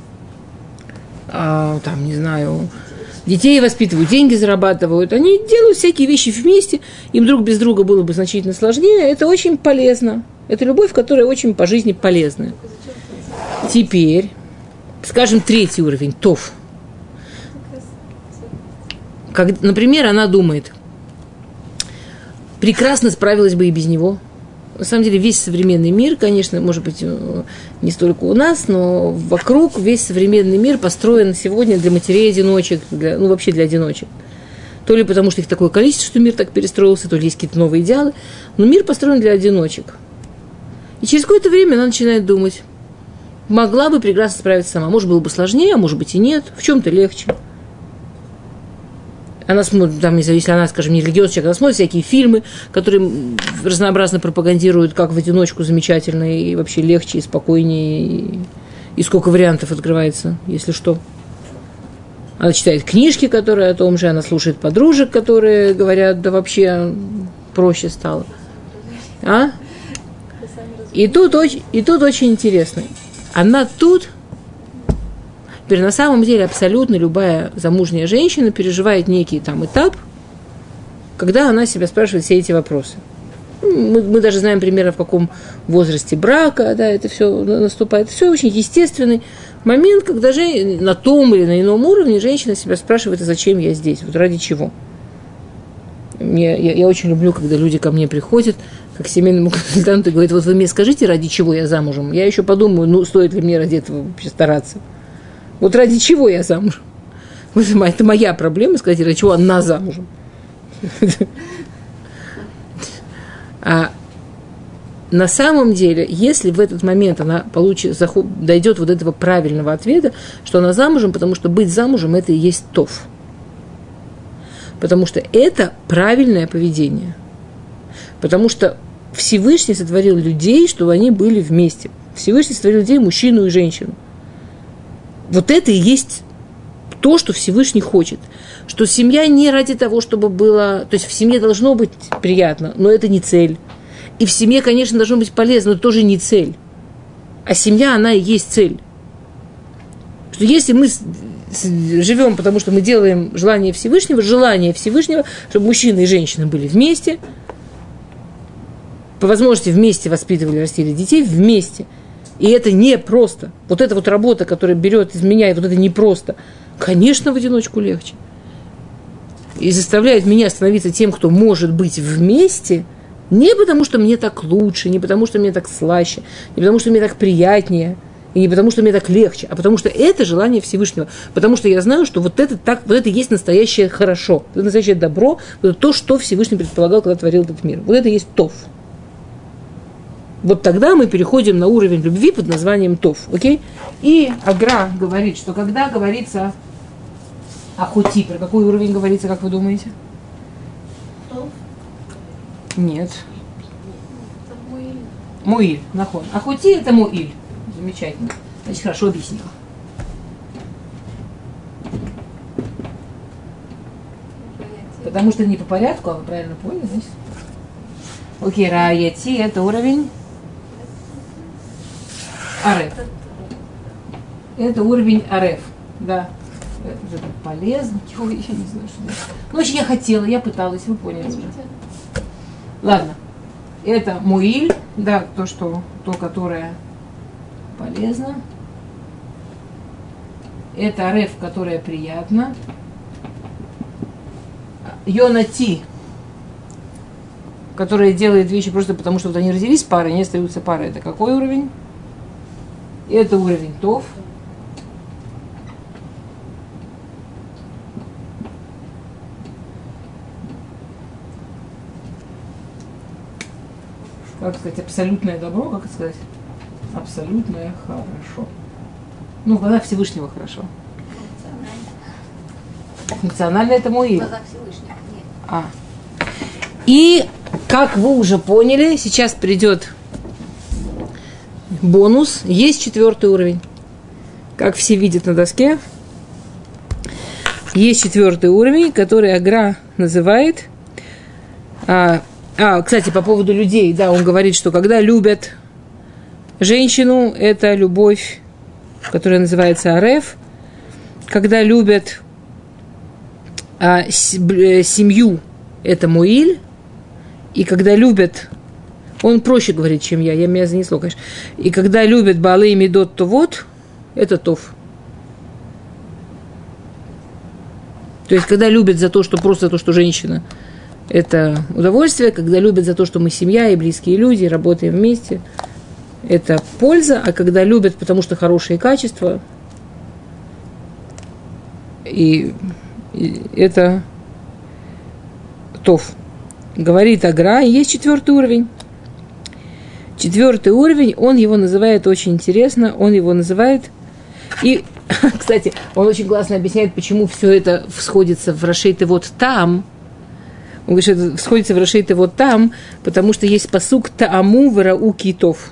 а, там, не знаю, детей воспитывают, деньги зарабатывают. Они делают всякие вещи вместе, им друг без друга было бы значительно сложнее. Это очень полезно. Это любовь, которая очень по жизни полезная. Теперь, скажем, третий уровень, тов. Как, например, она думает, прекрасно справилась бы и без него. На самом деле весь современный мир, конечно, может быть, не столько у нас, но вокруг весь современный мир построен сегодня для матерей-одиночек, для, ну вообще для одиночек. То ли потому, что их такое количество, что мир так перестроился, то ли есть какие-то новые идеалы, но мир построен для одиночек. И через какое-то время она начинает думать, могла бы прекрасно справиться сама. Может, было бы сложнее, а может быть и нет, в чем-то легче. Она смотрит, там, если она, скажем, не религиозный человек, она смотрит всякие фильмы, которые разнообразно пропагандируют, как в одиночку замечательно, и вообще легче, и спокойнее, и, и сколько вариантов открывается, если что. Она читает книжки, которые о том же, она слушает подружек, которые говорят, да вообще проще стало. А? И тут, и тут очень интересно. Она тут... Теперь на самом деле абсолютно любая замужняя женщина переживает некий там этап, когда она себя спрашивает все эти вопросы. Мы, мы даже знаем примерно, в каком возрасте брака, да, это все наступает. Это все очень естественный момент, когда же на том или на ином уровне женщина себя спрашивает, а зачем я здесь, вот ради чего. Мне, я, я очень люблю, когда люди ко мне приходят, как к семейному консультанту, и говорят, вот вы мне скажите, ради чего я замужем. Я еще подумаю, ну, стоит ли мне ради этого вообще стараться. Вот ради чего я замужем? Это моя проблема, сказать, ради чего она замужем. А на самом деле, если в этот момент она получит, дойдет вот этого правильного ответа, что она замужем, потому что быть замужем – это и есть тов. Потому что это правильное поведение. Потому что Всевышний сотворил людей, чтобы они были вместе. Всевышний сотворил людей, мужчину и женщину. Вот это и есть то, что Всевышний хочет. Что семья не ради того, чтобы было... То есть в семье должно быть приятно, но это не цель. И в семье, конечно, должно быть полезно, но это тоже не цель. А семья, она и есть цель. Что если мы живем, потому что мы делаем желание Всевышнего, желание Всевышнего, чтобы мужчина и женщина были вместе, по возможности вместе воспитывали, растили детей, вместе. И это не просто. Вот эта вот работа, которая берет из меня, и вот это не просто. Конечно, в одиночку легче. И заставляет меня становиться тем, кто может быть вместе, не потому, что мне так лучше, не потому, что мне так слаще, не потому, что мне так приятнее, и не потому, что мне так легче, а потому, что это желание Всевышнего. Потому что я знаю, что вот это, так, вот это есть настоящее хорошо, это настоящее добро, вот это то, что Всевышний предполагал, когда творил этот мир. Вот это есть тов. Вот тогда мы переходим на уровень любви под названием тов. Окей? И Агра говорит, что когда говорится о хути, про какой уровень говорится, как вы думаете? Тов? Нет. Это Муиль. Муиль, нахон. А хути это Муиль. Замечательно. Значит, хорошо объяснила. Потому что не по порядку, а вы правильно поняли, значит? Окей, Раяти это уровень Ареф. Это уровень Ареф. Да. Это же полезно. Ой, я не знаю, что это. Ну, очень я хотела, я пыталась, вы поняли уже. Ладно. Это Муиль, да, то, что, то, которое полезно. Это Ареф, которое приятно. Йонати, которая делает вещи просто потому, что вот они родились парой, они остаются парой. Это какой уровень? Это уровень Тов. Как сказать, абсолютное добро, как сказать? Абсолютное хорошо. Ну, в глазах Всевышнего хорошо. Функционально это мой. В глазах Всевышнего, нет. А. И, как вы уже поняли, сейчас придет бонус. Есть четвертый уровень. Как все видят на доске. Есть четвертый уровень, который Агра называет. А, а, кстати, по поводу людей, да, он говорит, что когда любят женщину, это любовь, которая называется ареф. Когда любят а, с, б, семью, это муиль. И когда любят, он проще говорит, чем я, я меня занесло, конечно. И когда любят баалы и медот, то вот, это тов. То есть, когда любят за то, что просто то, что женщина, это удовольствие, когда любят за то, что мы семья и близкие люди, работаем вместе, это польза, а когда любят, потому что хорошие качества, и, и это тов. Говорит Агра, и есть четвертый уровень. Четвертый уровень, он его называет очень интересно, он его называет, и, кстати, он очень классно объясняет, почему все это всходится в Рашей вот там. Он говорит, что это всходится в Рашей вот там, потому что есть пасук Тааму Верау Китов.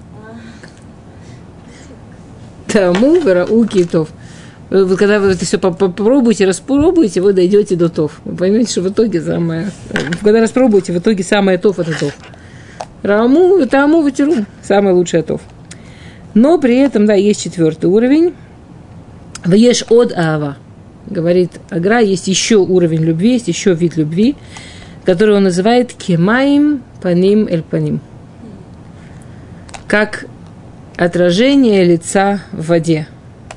Тааму Верау Китов. Вот когда вы это все попробуете, распробуете, вы дойдете до тов. Вы поймете, что в итоге самое... Когда распробуете, в итоге самое тов – это тов. Раму, Тааму Ватеру – самое лучшее тов. Но при этом, да, есть четвертый уровень. Веш от Ава. Говорит Агра, есть еще уровень любви, есть еще вид любви, который он называет кемаим паним эль паним. Как отражение лица в воде.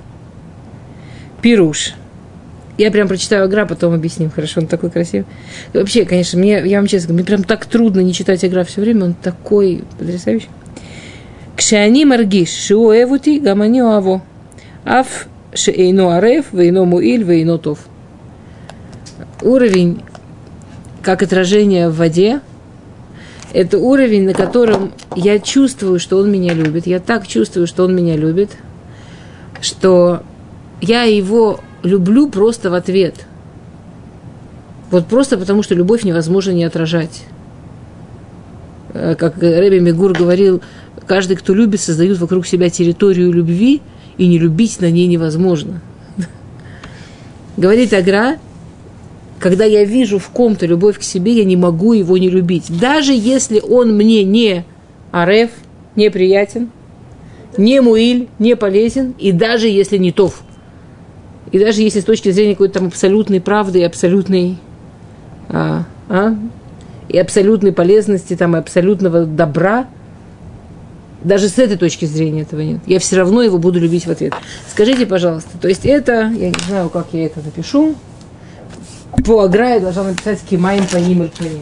Пируш. Я прям прочитаю Агра, потом объясним. Хорошо, он такой красивый. Вообще, конечно, мне, я вам честно говорю, мне прям так трудно не читать Агра все время, он такой потрясающий. Кшани маргиш, шио эвути, гамани оаво. Аф шеэйно ареф, вейно муиль, вейно тов. Уровень, как отражение в воде, это уровень, на котором я чувствую, что он меня любит. Я так чувствую, что он меня любит, что я его люблю просто в ответ. Вот просто потому, что любовь невозможно не отражать. Как Ребе Мигур говорил, каждый, кто любит, создает вокруг себя территорию любви, и не любить на ней невозможно. Говорит Агра, когда я вижу в ком-то любовь к себе, я не могу его не любить. Даже если он мне не ареф, не приятен, не муиль, не полезен, и даже если не тов. И даже если с точки зрения какой-то там абсолютной правды и абсолютной, а, а, и абсолютной полезности, там, и абсолютного добра, даже с этой точки зрения этого нет. Я все равно его буду любить в ответ. Скажите, пожалуйста, то есть это, я не знаю, как я это напишу, по Агра я должна написать кимаим паним эль паним.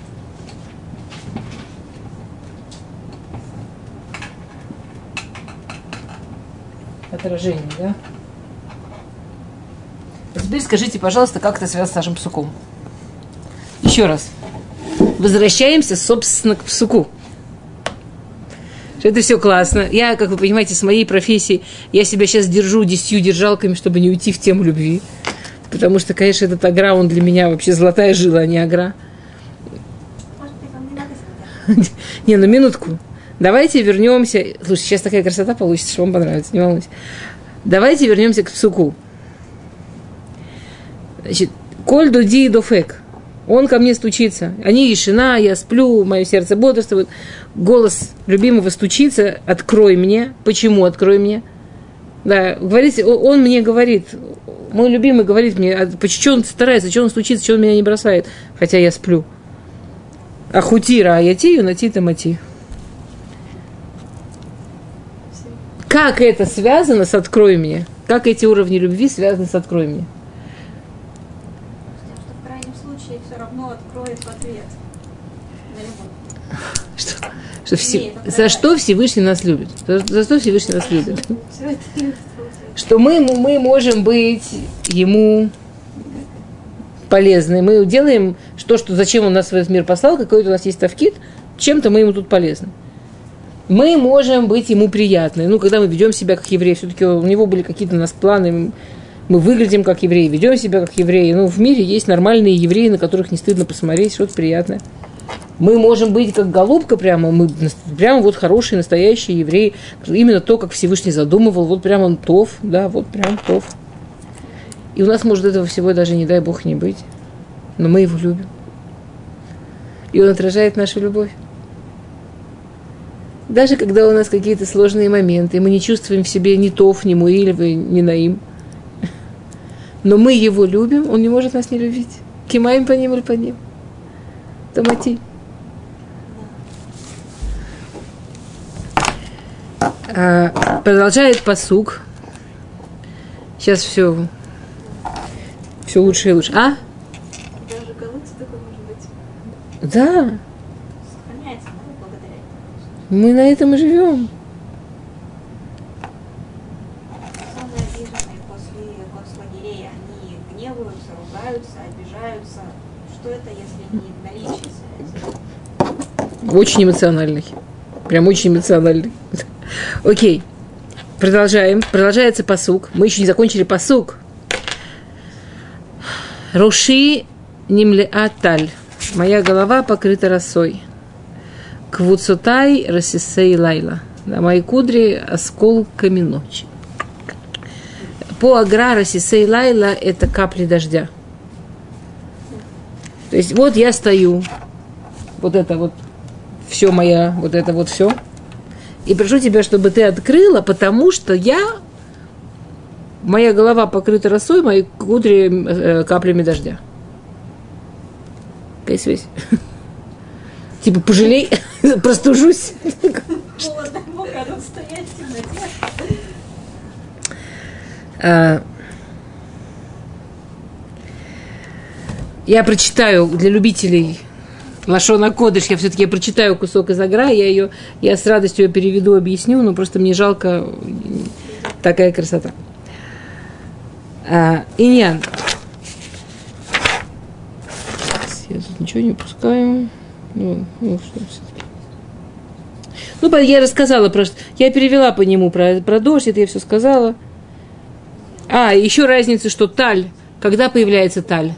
Отражение, да? А теперь скажите, пожалуйста, как это связано с нашим псуком. Еще раз. Возвращаемся, собственно, к псуку. Это все классно. Я, как вы понимаете, с моей профессией, я себя сейчас держу десятью держалками, чтобы не уйти в тему любви. Потому что, конечно, этот Агра, он для меня вообще золотая жила, а не Агра. Не, ну минутку. Давайте вернемся. Слушай, сейчас такая красота получится, что вам понравится, не волнуйтесь. Давайте вернемся к псуку. Значит, коль дуди дофек. Он ко мне стучится. Они ишина, я сплю, мое сердце бодрствует. Голос любимого стучится, открой мне. Почему открой мне? Да, говорите, он мне говорит, мой любимый говорит мне, а почему он старается, что он стучится, что он меня не бросает, хотя я сплю. Ахутира, аятию, натита мати. Как это связано с «открой мне»? Как эти уровни любви связаны с «открой мне»? В крайнем случае все равно откроет в ответ на любовь. Что, что все, за что Всевышний нас любит? За, за что Всевышний нас любит? Что мы, мы можем быть ему полезны. Мы делаем то, что, зачем он нас в этот мир послал, какой-то у нас есть тавкид, чем-то мы ему тут полезны. мы можем быть ему приятны. Ну, когда мы ведем себя как евреи, все-таки у него были какие-то у нас планы, мы выглядим как евреи, ведем себя как евреи. Ну, в мире есть нормальные евреи, на которых не стыдно посмотреть, что-то приятное. Мы можем быть как голубка прямо, мы прямо вот хорошие, настоящие евреи. Именно то, как Всевышний задумывал, вот прямо он тов, да, вот прям тов. И у нас может этого всего даже, не дай Бог, не быть. Но мы его любим. И он отражает нашу любовь. Даже когда у нас какие-то сложные моменты, мы не чувствуем в себе ни тов, ни муиль, ни наим. Но мы его любим, он не может нас не любить. Кимаем по ним или по ним. Томати. А, продолжает пасук. Сейчас все, все лучше и лучше. А? Даже голубцы такой может быть. Да. Сохраняется, да, благодаря этому. Мы на этом и живем. Самые обиженные после концлагерей, они гневаются, ругаются, обижаются. Что это, если не наличие связи? Очень эмоциональный. Прям очень эмоциональный. Окей. Продолжаем. Продолжается пасук. Мы еще не закончили пасук. Руши нимлеа таль. Моя голова покрыта росой. Квуцотай расисей лайла. Да, мои кудри осколками ночи. По агра расисей лайла это капли дождя. То есть вот я стою. Вот это вот все моя, вот это вот все. И прошу тебя, чтобы ты открыла, потому что я, моя голова покрыта росой, мои кудри э, каплями дождя. Какая связь? Типа, пожалей, простужусь. Холодно, мокро, надо стоять в темноте. Я прочитаю для любителей Лашона Кодыш, я все-таки я прочитаю кусок из Агра, я ее, я с радостью ее переведу, объясню, но просто мне жалко такая красота. А, Иньян. Я тут ничего не упускаю. Ну, ну что все-таки. Ну, я рассказала про что. Я перевела по нему про, про дождь, это я все сказала. А, еще разница, что таль. Когда появляется таль?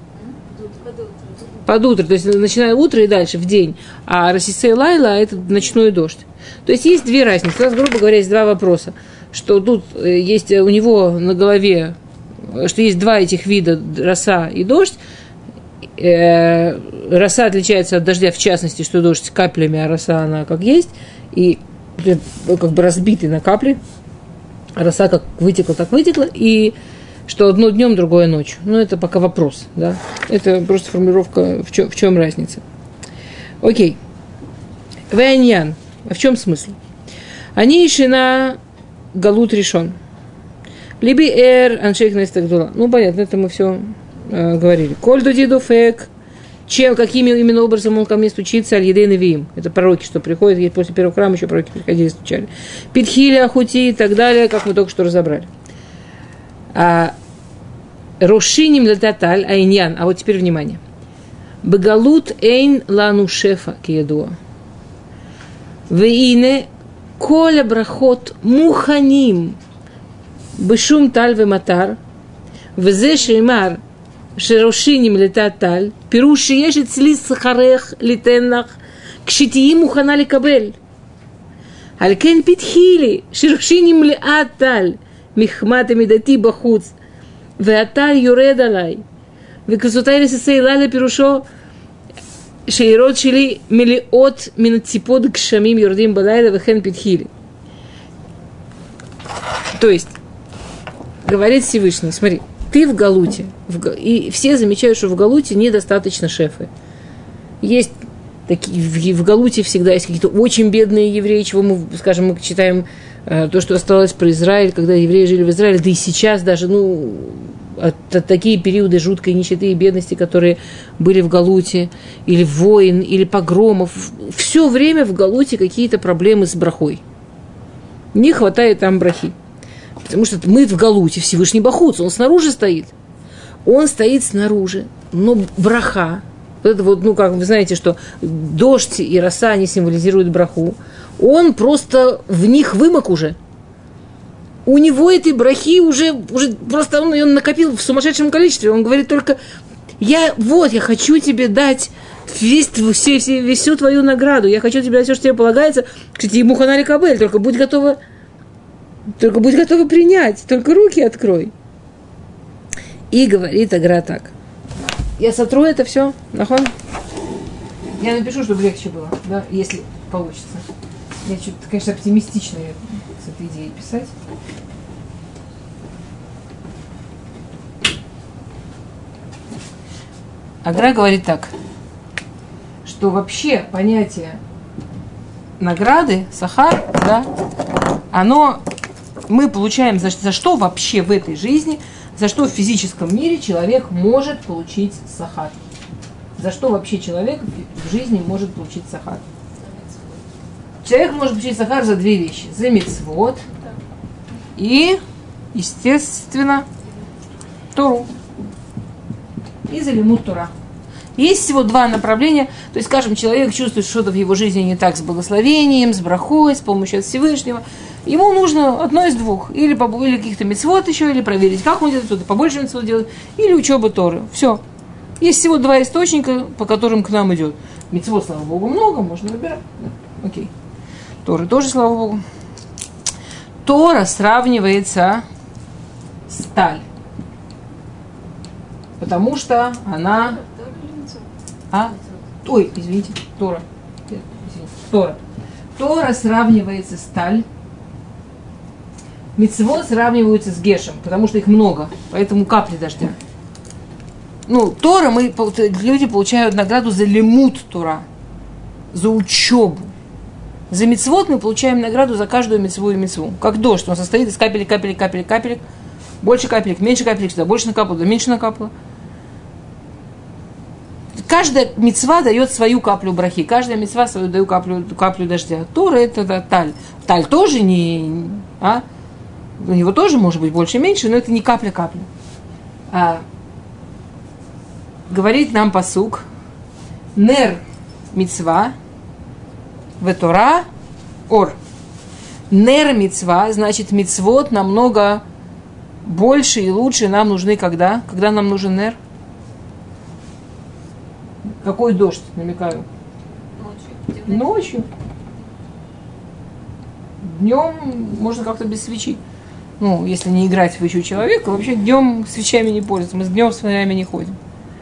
Под утро, то есть начиная утро и дальше, в день. А Расисей Лайла – это ночной дождь. То есть есть две разницы. У нас, грубо говоря, есть два вопроса. Что тут есть у него на голове, что есть два этих вида, роса и дождь. Э, роса отличается от дождя, в частности, что дождь с каплями, а роса она как есть. И как бы разбитый на капли. А роса как вытекла, так вытекла. И что одно днем, другое ночью. Ну, это пока вопрос, да. Это просто формулировка, в чем, в чем разница. Окей. Вэньян. А в чем смысл? Они шина галут решен. Либи эр аншейх нестагдула. Ну, понятно, это мы все э, говорили. Коль дудиду фэк. Чем, каким именно образом он ко мне стучится, аль-едей невиим. Это пророки, что приходят, и после первого храма еще пророки приходили и стучали. Питхили, ахути и так далее, как мы только что разобрали. А Рошиним лататаль айньян. А вот теперь внимание. Бегалут эйн лану шефа киедуа. Веине коля брахот муханим бешум таль вематар. Везе шеймар шерошиним лататаль. Пируши ешет слиз сахарех литеннах кшитиим мухана ликабель. Алькен питхили шерошиним лататаль. מחמת עמידתי בחוץ, ואתה יורד עליי, וכסותיי רסיסי לילה פירושו, שעירות שלי מלאות מן הציפות גשמים יורדים בלילה, וכן פתחילי. То есть, говорит Всевышний, смотри, ты в Галуте, в, и все замечают, что в Галуте недостаточно шефы. Есть такие, в, в Галуте всегда есть какие-то очень бедные евреи, чего мы, скажем, мы читаем то, что осталось про Израиль, когда евреи жили в Израиле, да и сейчас даже, ну, от, от такие периоды жуткой нищеты и бедности, которые были в Галуте, или войн, или погромов, все время в Галуте какие-то проблемы с брахой. Не хватает там брахи. Потому что мы в Галуте, Всевышний Бахуц, он снаружи стоит. Он стоит снаружи, но браха, это вот, ну, как вы знаете, что дождь и роса, они символизируют браху. он просто в них вымок уже. У него этой брахи уже, уже просто он ее накопил в сумасшедшем количестве. Он говорит только, я, вот, я хочу тебе дать весь, все, все, всю твою награду, я хочу тебе дать все, что тебе полагается, кстати, ему ханали кабель, только будь готова, только будь готова принять, только руки открой. И говорит Агра так. Я сотру это все, нахон? Я напишу, чтобы легче было, да, если получится. Я что-то, конечно, оптимистично с этой идеей писать. Агра говорит так, что вообще понятие награды, сахар, да, оно, мы получаем за, за что вообще в этой жизни, за что в физическом мире человек может получить сахар. За что вообще человек в жизни может получить сахар. Человек может получить сахар за две вещи. За мицвот и, естественно, Тору. И за лимут Тора. Есть всего два направления. То есть, скажем, человек чувствует, что что-то в его жизни не так с благословением, с брахой, с помощью от Всевышнего. Ему нужно одно из двух. Или, или каких-то мицвот еще, или проверить, как он делает, что-то побольше мицвот делает, или учеба Торы. Все. Есть всего два источника, по которым к нам идет. Мицвот, слава Богу, много, можно выбирать. Да. Окей. Торы тоже, слава Богу. Тора сравнивается с таль. Потому что она... А? Ой, извините, Тора. Извините, Тора. Тора сравнивается с таль. Мицвот сравниваются с гешем, потому что их много. Поэтому капли дождя. Ну, Тора, мы, люди получают награду за лимут Тора. За учебу. За мицвот мы получаем награду за каждую мицву и мицву. Как дождь. Он состоит из капелек, капелек, капелек, капелек. Больше капелек, меньше капелек, сюда больше накапало, да меньше накапало. Каждая мицва дает свою каплю брахи. Каждая мицва свою дает каплю, каплю дождя. Тора это да, таль. Таль тоже не... А? У него тоже может быть больше и меньше, но это не капля-капля. А, говорит нам пасук. Нер мицва в Тора ор. Нер мицва, значит мицвот намного больше и лучше нам нужны когда? Когда нам нужен нер? Какой дождь, намекаю? Ночью. Ночью. Днем можно как-то без свечи. Ну, если не играть в ищу человека, вообще днем свечами не пользуются. Мы с днем с фонарями не ходим.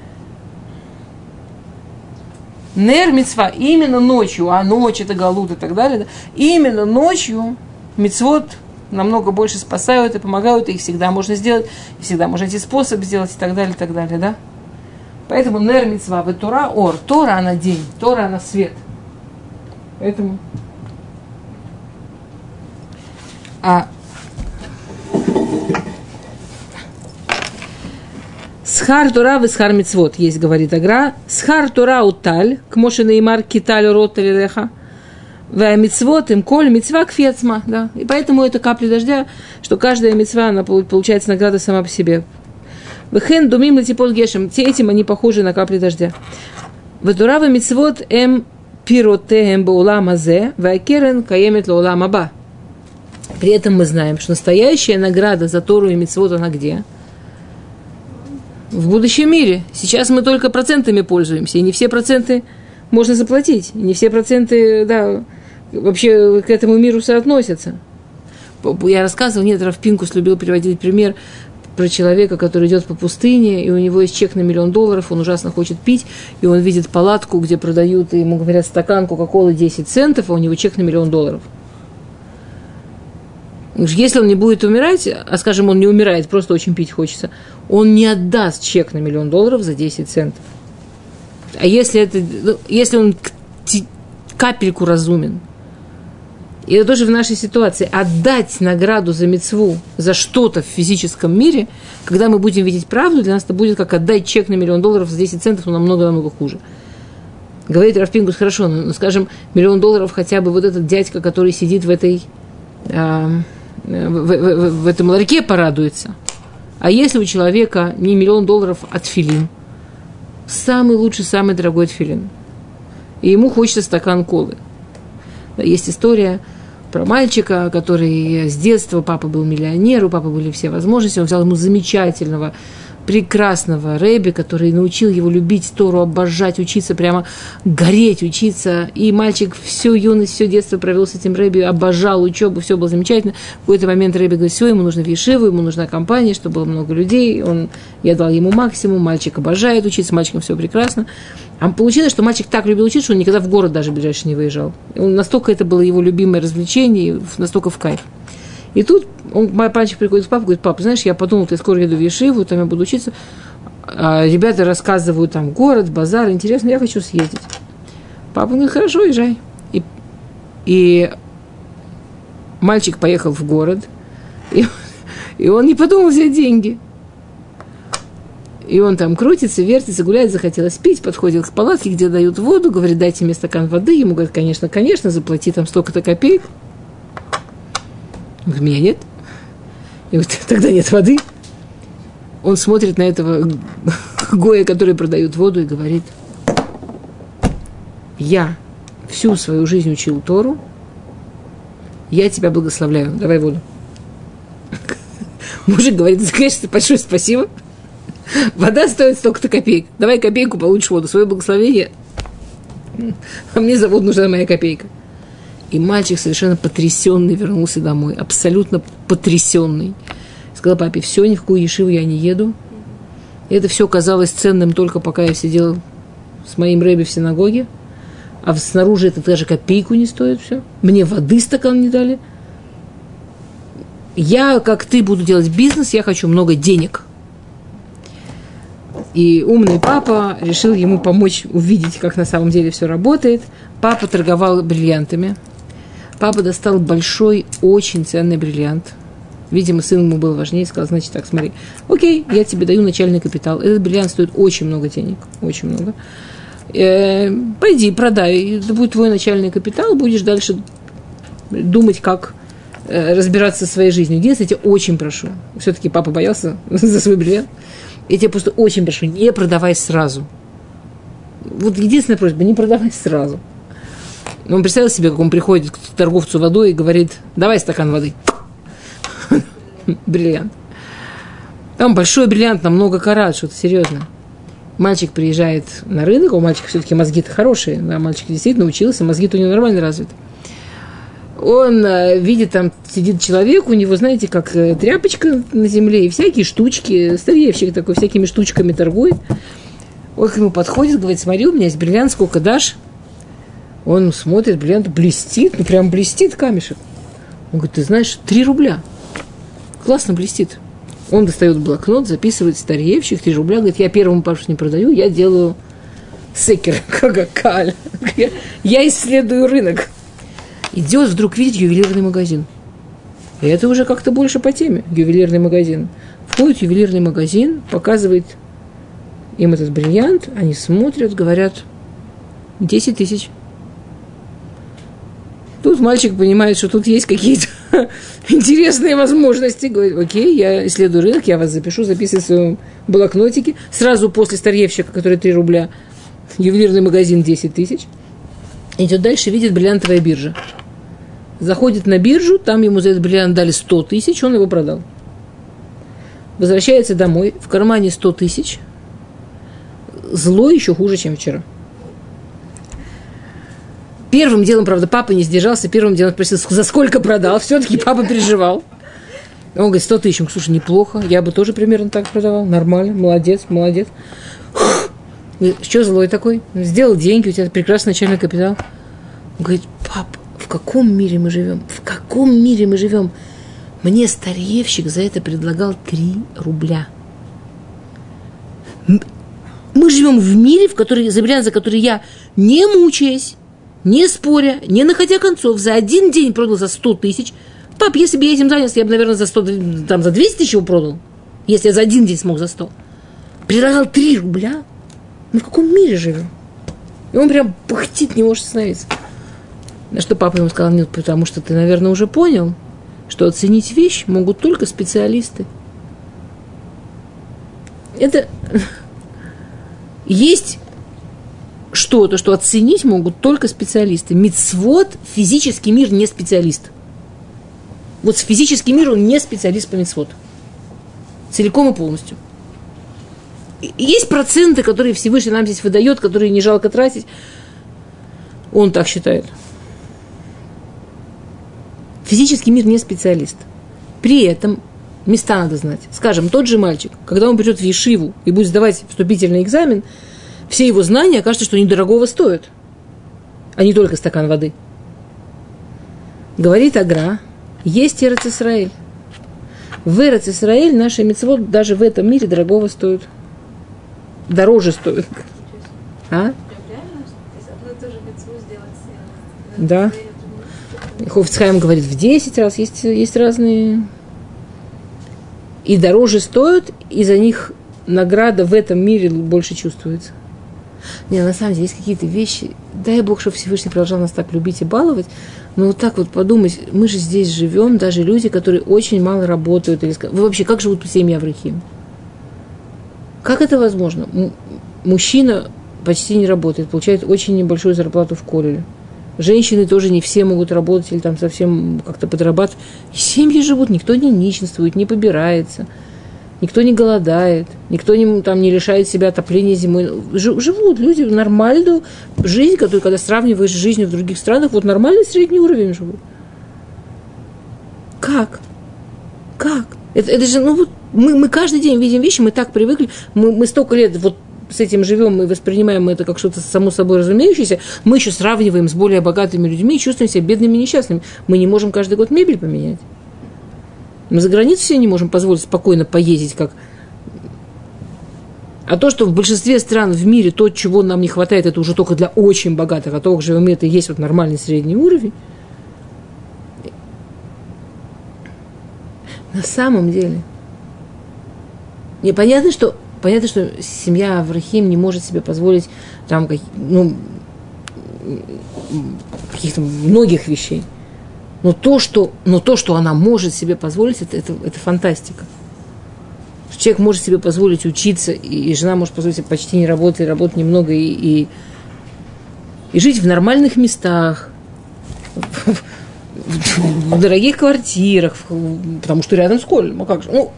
Нер мицва именно ночью, а ночь это галут и так далее. Да? Именно ночью мицвот намного больше спасают и помогают, и их всегда можно сделать, и всегда можно найти способ сделать и так далее, и так далее, да? Поэтому нер мицва в Тора ор. Тора она день, Тора она свет. Поэтому... А Схар Тора в Схар мицвот есть, говорит Агра. Схар Тора уталь, к Моше Неймар киталь рот леха. В мицвот им коль мицва кфецма, да. И поэтому это капли дождя, что каждая мицва, она получается награда сама по себе. Вехен думим латипот гешем. Этим они похожи на капли дождя. В Тора в мицвот эм пиротеем баулам азе, ваекерен каемет лаулам аба. При этом мы знаем, что настоящая награда за Тору и мицвот она где? В будущем мире. Сейчас мы только процентами пользуемся, и не все проценты можно заплатить. И не все проценты, да, вообще к этому миру соотносятся. Я рассказывала, нет, Рав Пинкус любил приводить пример про человека, который идет по пустыне, и у него есть чек на миллион долларов, он ужасно хочет пить, и он видит палатку, где продают, и ему говорят, стакан Кока-Колы десять центов, а у него чек на миллион долларов. Если он не будет умирать, а, скажем, он не умирает, просто очень пить хочется, он не отдаст чек на миллион долларов за десять центов. А если, это, если он капельку разумен, и это тоже в нашей ситуации, отдать награду за мицву, за что-то в физическом мире, когда мы будем видеть правду, для нас это будет как отдать чек на миллион долларов за десять центов, но намного-намного хуже. Говорит Рав Пинкус, хорошо, ну, скажем, миллион долларов хотя бы вот этот дядька, который сидит в этой... А, В, в, в, в этом ларьке порадуется. А если у человека не миллион долларов, а тфилин, самый лучший, самый дорогой тфилин, и ему хочется стакан колы, Есть история про мальчика, который с детства, папа был миллионер, у папы были все возможности, он взял ему замечательного, прекрасного рэби, который научил его любить Тору, обожать, учиться, прямо гореть, учиться. И мальчик всю юность, все детство провел с этим рэби, обожал учебу, все было замечательно. В какой-то момент рэби говорит, все, ему нужно в ешиву, ему нужна компания, чтобы было много людей. Он, я дал ему максимум, мальчик обожает учиться, с мальчиком все прекрасно. А получилось, что мальчик так любил учиться, что он никогда в город даже ближайший не выезжал. Он, настолько это было его любимое развлечение, настолько в кайф. И тут он, мальчик приходит к папе, говорит, папа, знаешь, я подумал, ты скоро еду в ешиву, там я буду учиться. А ребята рассказывают, там, город, базар, интересно, я хочу съездить. Папа говорит, хорошо, езжай. И, и мальчик поехал в город, и, и он не подумал взять деньги. И он там крутится, вертится, гуляет, захотелось пить, подходит к палатке, где дают воду, говорит, дайте мне стакан воды. Ему говорят, конечно, конечно, заплати там столько-то копеек. Он говорит, меня нет. Я говорю, тогда нет воды. Он смотрит на этого гоя, который продает воду, и говорит, я всю свою жизнь учил Тору, я тебя благословляю, давай воду. Мужик говорит, конечно, большое спасибо. Вода стоит столько-то копеек. Давай копейку, получишь воду. Свое благословение. А мне за воду нужна моя копейка. И мальчик совершенно потрясенный вернулся домой. Абсолютно потрясенный. Сказал папе, все, ни в какую ешиву я не еду. И это все казалось ценным только пока я сидел с моим рэби в синагоге. А снаружи это даже копейку не стоит все. Мне воды стакан не дали. Я, как ты, буду делать бизнес, я хочу много денег. И умный папа решил ему помочь увидеть, как на самом деле все работает. Папа торговал бриллиантами. Папа достал большой, очень ценный бриллиант. Видимо, сын ему был важнее и сказал, значит так, смотри, окей, я тебе даю начальный капитал. Этот бриллиант стоит очень много денег, очень много. Э, пойди, продай, это будет твой начальный капитал, будешь дальше думать, как э, разбираться со своей жизнью. Единственное, я тебя очень прошу, все-таки папа боялся за свой бриллиант, я тебя просто очень прошу, не продавай сразу. Вот единственная просьба, не продавай сразу. Он представил себе, как он приходит к торговцу водой и говорит, давай стакан воды. Бриллиант. Там большой бриллиант на много карат, что-то серьезное. Мальчик приезжает на рынок, у мальчика все-таки мозги-то хорошие, да, мальчик действительно учился, мозги-то у него нормально развиты. Он э, видит, там сидит человек, у него, знаете, как э, тряпочка на земле, и всякие штучки, старьевщик такой, всякими штучками торгует. Он к нему подходит, говорит, смотри, у меня есть бриллиант, сколько дашь? Он смотрит, бриллиант блестит, ну прям блестит камешек. Он говорит, ты знаешь, три рубля. Классно блестит. Он достает блокнот, записывает старьевщик, три рубля, говорит, я первому пашу не продаю, я делаю секер, как каль. Я исследую рынок. Идет, вдруг видит ювелирный магазин. И это уже как-то больше по теме, ювелирный магазин. Входит в ювелирный магазин, показывает им этот бриллиант, они смотрят, говорят, десять тысяч. Тут мальчик понимает, что тут есть какие-то интересные возможности. Говорит, окей, я исследую рынок, я вас запишу, записываю в своем блокнотике. Сразу после старьевщика, который три рубля, ювелирный магазин десять тысяч. Идет дальше, видит бриллиантовая биржа. Заходит на биржу, там ему за этот бриллиант дали сто тысяч, он его продал. Возвращается домой, в кармане сто тысяч. Зло еще хуже, чем вчера. Первым делом, правда, папа не сдержался, первым делом спросил, за сколько продал, все-таки папа переживал. Он говорит, сто тысяч, слушай, неплохо, я бы тоже примерно так продавал, нормально, молодец, молодец. Что злой такой? Сделал деньги, у тебя прекрасный начальный капитал. Он говорит, пап, в каком мире мы живем? В каком мире мы живем? Мне старьевщик за это предлагал три рубля. Мы живем в мире, в который, за бриллиант, за который я, не мучаясь, не споря, не находя концов, за один день продал за сто тысяч. Пап, если бы я этим занялся, я бы, наверное, за сто, там, за двести тысяч его продал. Если я за один день смог за сто. Предлагал три рубля. Мы в каком мире живем? И он прям пыхтит, не может остановиться. На что папа ему сказал, нет, потому что ты, наверное, уже понял, что оценить вещь могут только специалисты. Это есть что-то, что оценить могут только специалисты. Мицвот, физический мир, не специалист. Вот физический мир, он не специалист по мицвот. Целиком и полностью. Есть проценты, которые Всевышний нам здесь выдает, которые не жалко тратить. Он так считает. Физический мир не специалист. При этом места надо знать. Скажем, тот же мальчик, когда он придет в ешиву и будет сдавать вступительный экзамен, все его знания окажется, что они дорогого стоят, а не только стакан воды. Говорит Агра, есть Эрец Исраэль. В Эрец Исраэль наши мицвот даже в этом мире дорогого стоят. Дороже стоят. А? Да. Хофец Хаим говорит в десять раз, есть, есть разные. И дороже стоят, и за них награда в этом мире больше чувствуется. Не, на самом деле, есть какие-то вещи, дай Бог, чтобы Всевышний продолжал нас так любить и баловать, но вот так вот подумать, мы же здесь живем, даже люди, которые очень мало работают. Или... Вы вообще, как живут семьи Аврахим? Как это возможно? М- мужчина почти не работает, получает очень небольшую зарплату в колледже. Женщины тоже не все могут работать или там совсем как-то подрабатывать. И семьи живут, никто не нищенствует, не побирается, никто не голодает, никто не, там, не лишает себя отопления зимой. Живут люди нормальную жизнь, которую, когда сравниваешь с жизнью в других странах, вот нормальный средний уровень живут. Как? Как? Это, это же, ну вот, мы, мы каждый день видим вещи, мы так привыкли, мы, мы столько лет вот с этим живем и воспринимаем это как что-то само собой разумеющееся, мы еще сравниваем с более богатыми людьми и чувствуем себя бедными и несчастными. Мы не можем каждый год мебель поменять. Мы за границу себе не можем позволить спокойно поездить, как... А то, что в большинстве стран в мире то, чего нам не хватает, это уже только для очень богатых, а то, как живем, это и есть вот нормальный средний уровень. На самом деле, непонятно, что Понятно, что семья Аврахим не может себе позволить там, ну, каких-то многих вещей. Но то, что, но то, что она может себе позволить, это, это, это фантастика. Человек может себе позволить учиться, и, и жена может позволить себе почти не работать, работать немного, и, и, и жить в нормальных местах, в, в, в дорогих квартирах, потому что рядом с колледжем. А как же? Ну,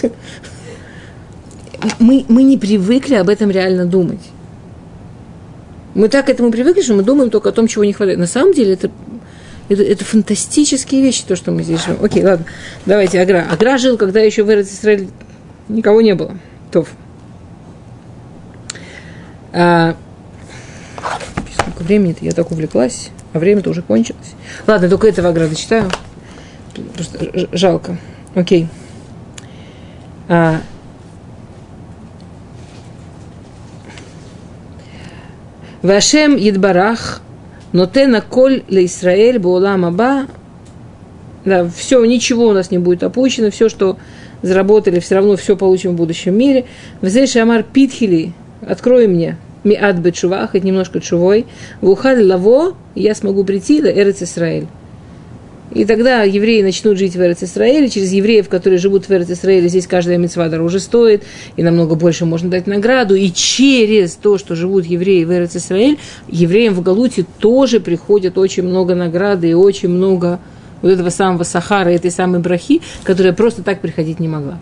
Мы, мы не привыкли об этом реально думать. Мы так к этому привыкли, что мы думаем только о том, чего не хватает. На самом деле это, это, это фантастические вещи, то, что мы здесь живем. Окей, ладно, давайте Агра. Агра жил, когда еще в Эрец Исраэль никого не было. Тов. А, сколько времени-то? Я так увлеклась, а время-то уже кончилось. Ладно, только этого Агра дочитаю. Просто жалко. Окей. А, Вашем Йидбарах, нотена коль ле Исраэль баолам аба. Да, все, ничего у нас не будет опущено, все, что заработали, все равно все получим в будущем мире. Везей шамар питхили, открой мне миат бетшува, хоть немножко тшувой, вухаль лаво, я смогу прийти до Эрец Исраэль. И тогда евреи начнут жить в Эрец Исраэле, через евреев, которые живут в Эрец Исраэле, здесь каждая мицва дороже стоит, и намного больше можно дать награду, и через то, что живут евреи в Эрец Исраэль, евреям в Галуте тоже приходит очень много награды и очень много вот этого самого сахара, этой самой брахи, которая просто так приходить не могла.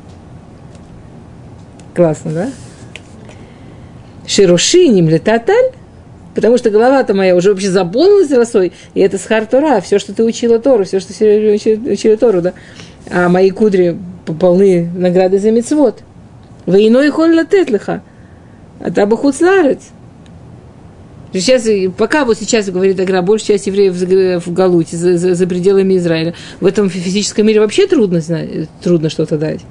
Классно, да? Широшиним летаталь. Потому что голова-то моя уже вообще заполнилась росой, и это схар Тора, все, что ты учила Тору, все, что ты учила, учила Тору, да. А мои кудри полны награды за мицвот. Вы иной холь латет лиха, а та бахуц ларец. Сейчас, пока вот сейчас, говорит Агра, большая часть евреев в Галуте, за, за, за пределами Израиля, в этом физическом мире вообще трудно, трудно что-то дать.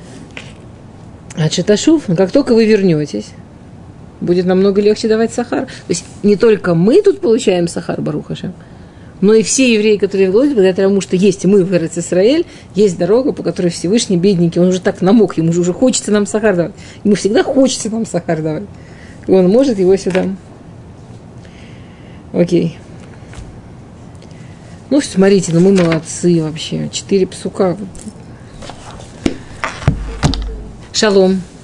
А чаташув, как только вы вернетесь, будет намного легче давать сахар. То есть не только мы тут получаем сахар, Барух Ашем, но и все евреи, которые в Галуте, благодаря тому, что есть мы в Эрец Исраэль, есть дорога, по которой Всевышний, бедненький, он уже так намок, ему же уже хочется нам сахар давать. Ему всегда хочется нам сахар давать. И он может его сюда. Окей. Ну, смотрите, ну мы молодцы вообще. Четыре псука. Шалом.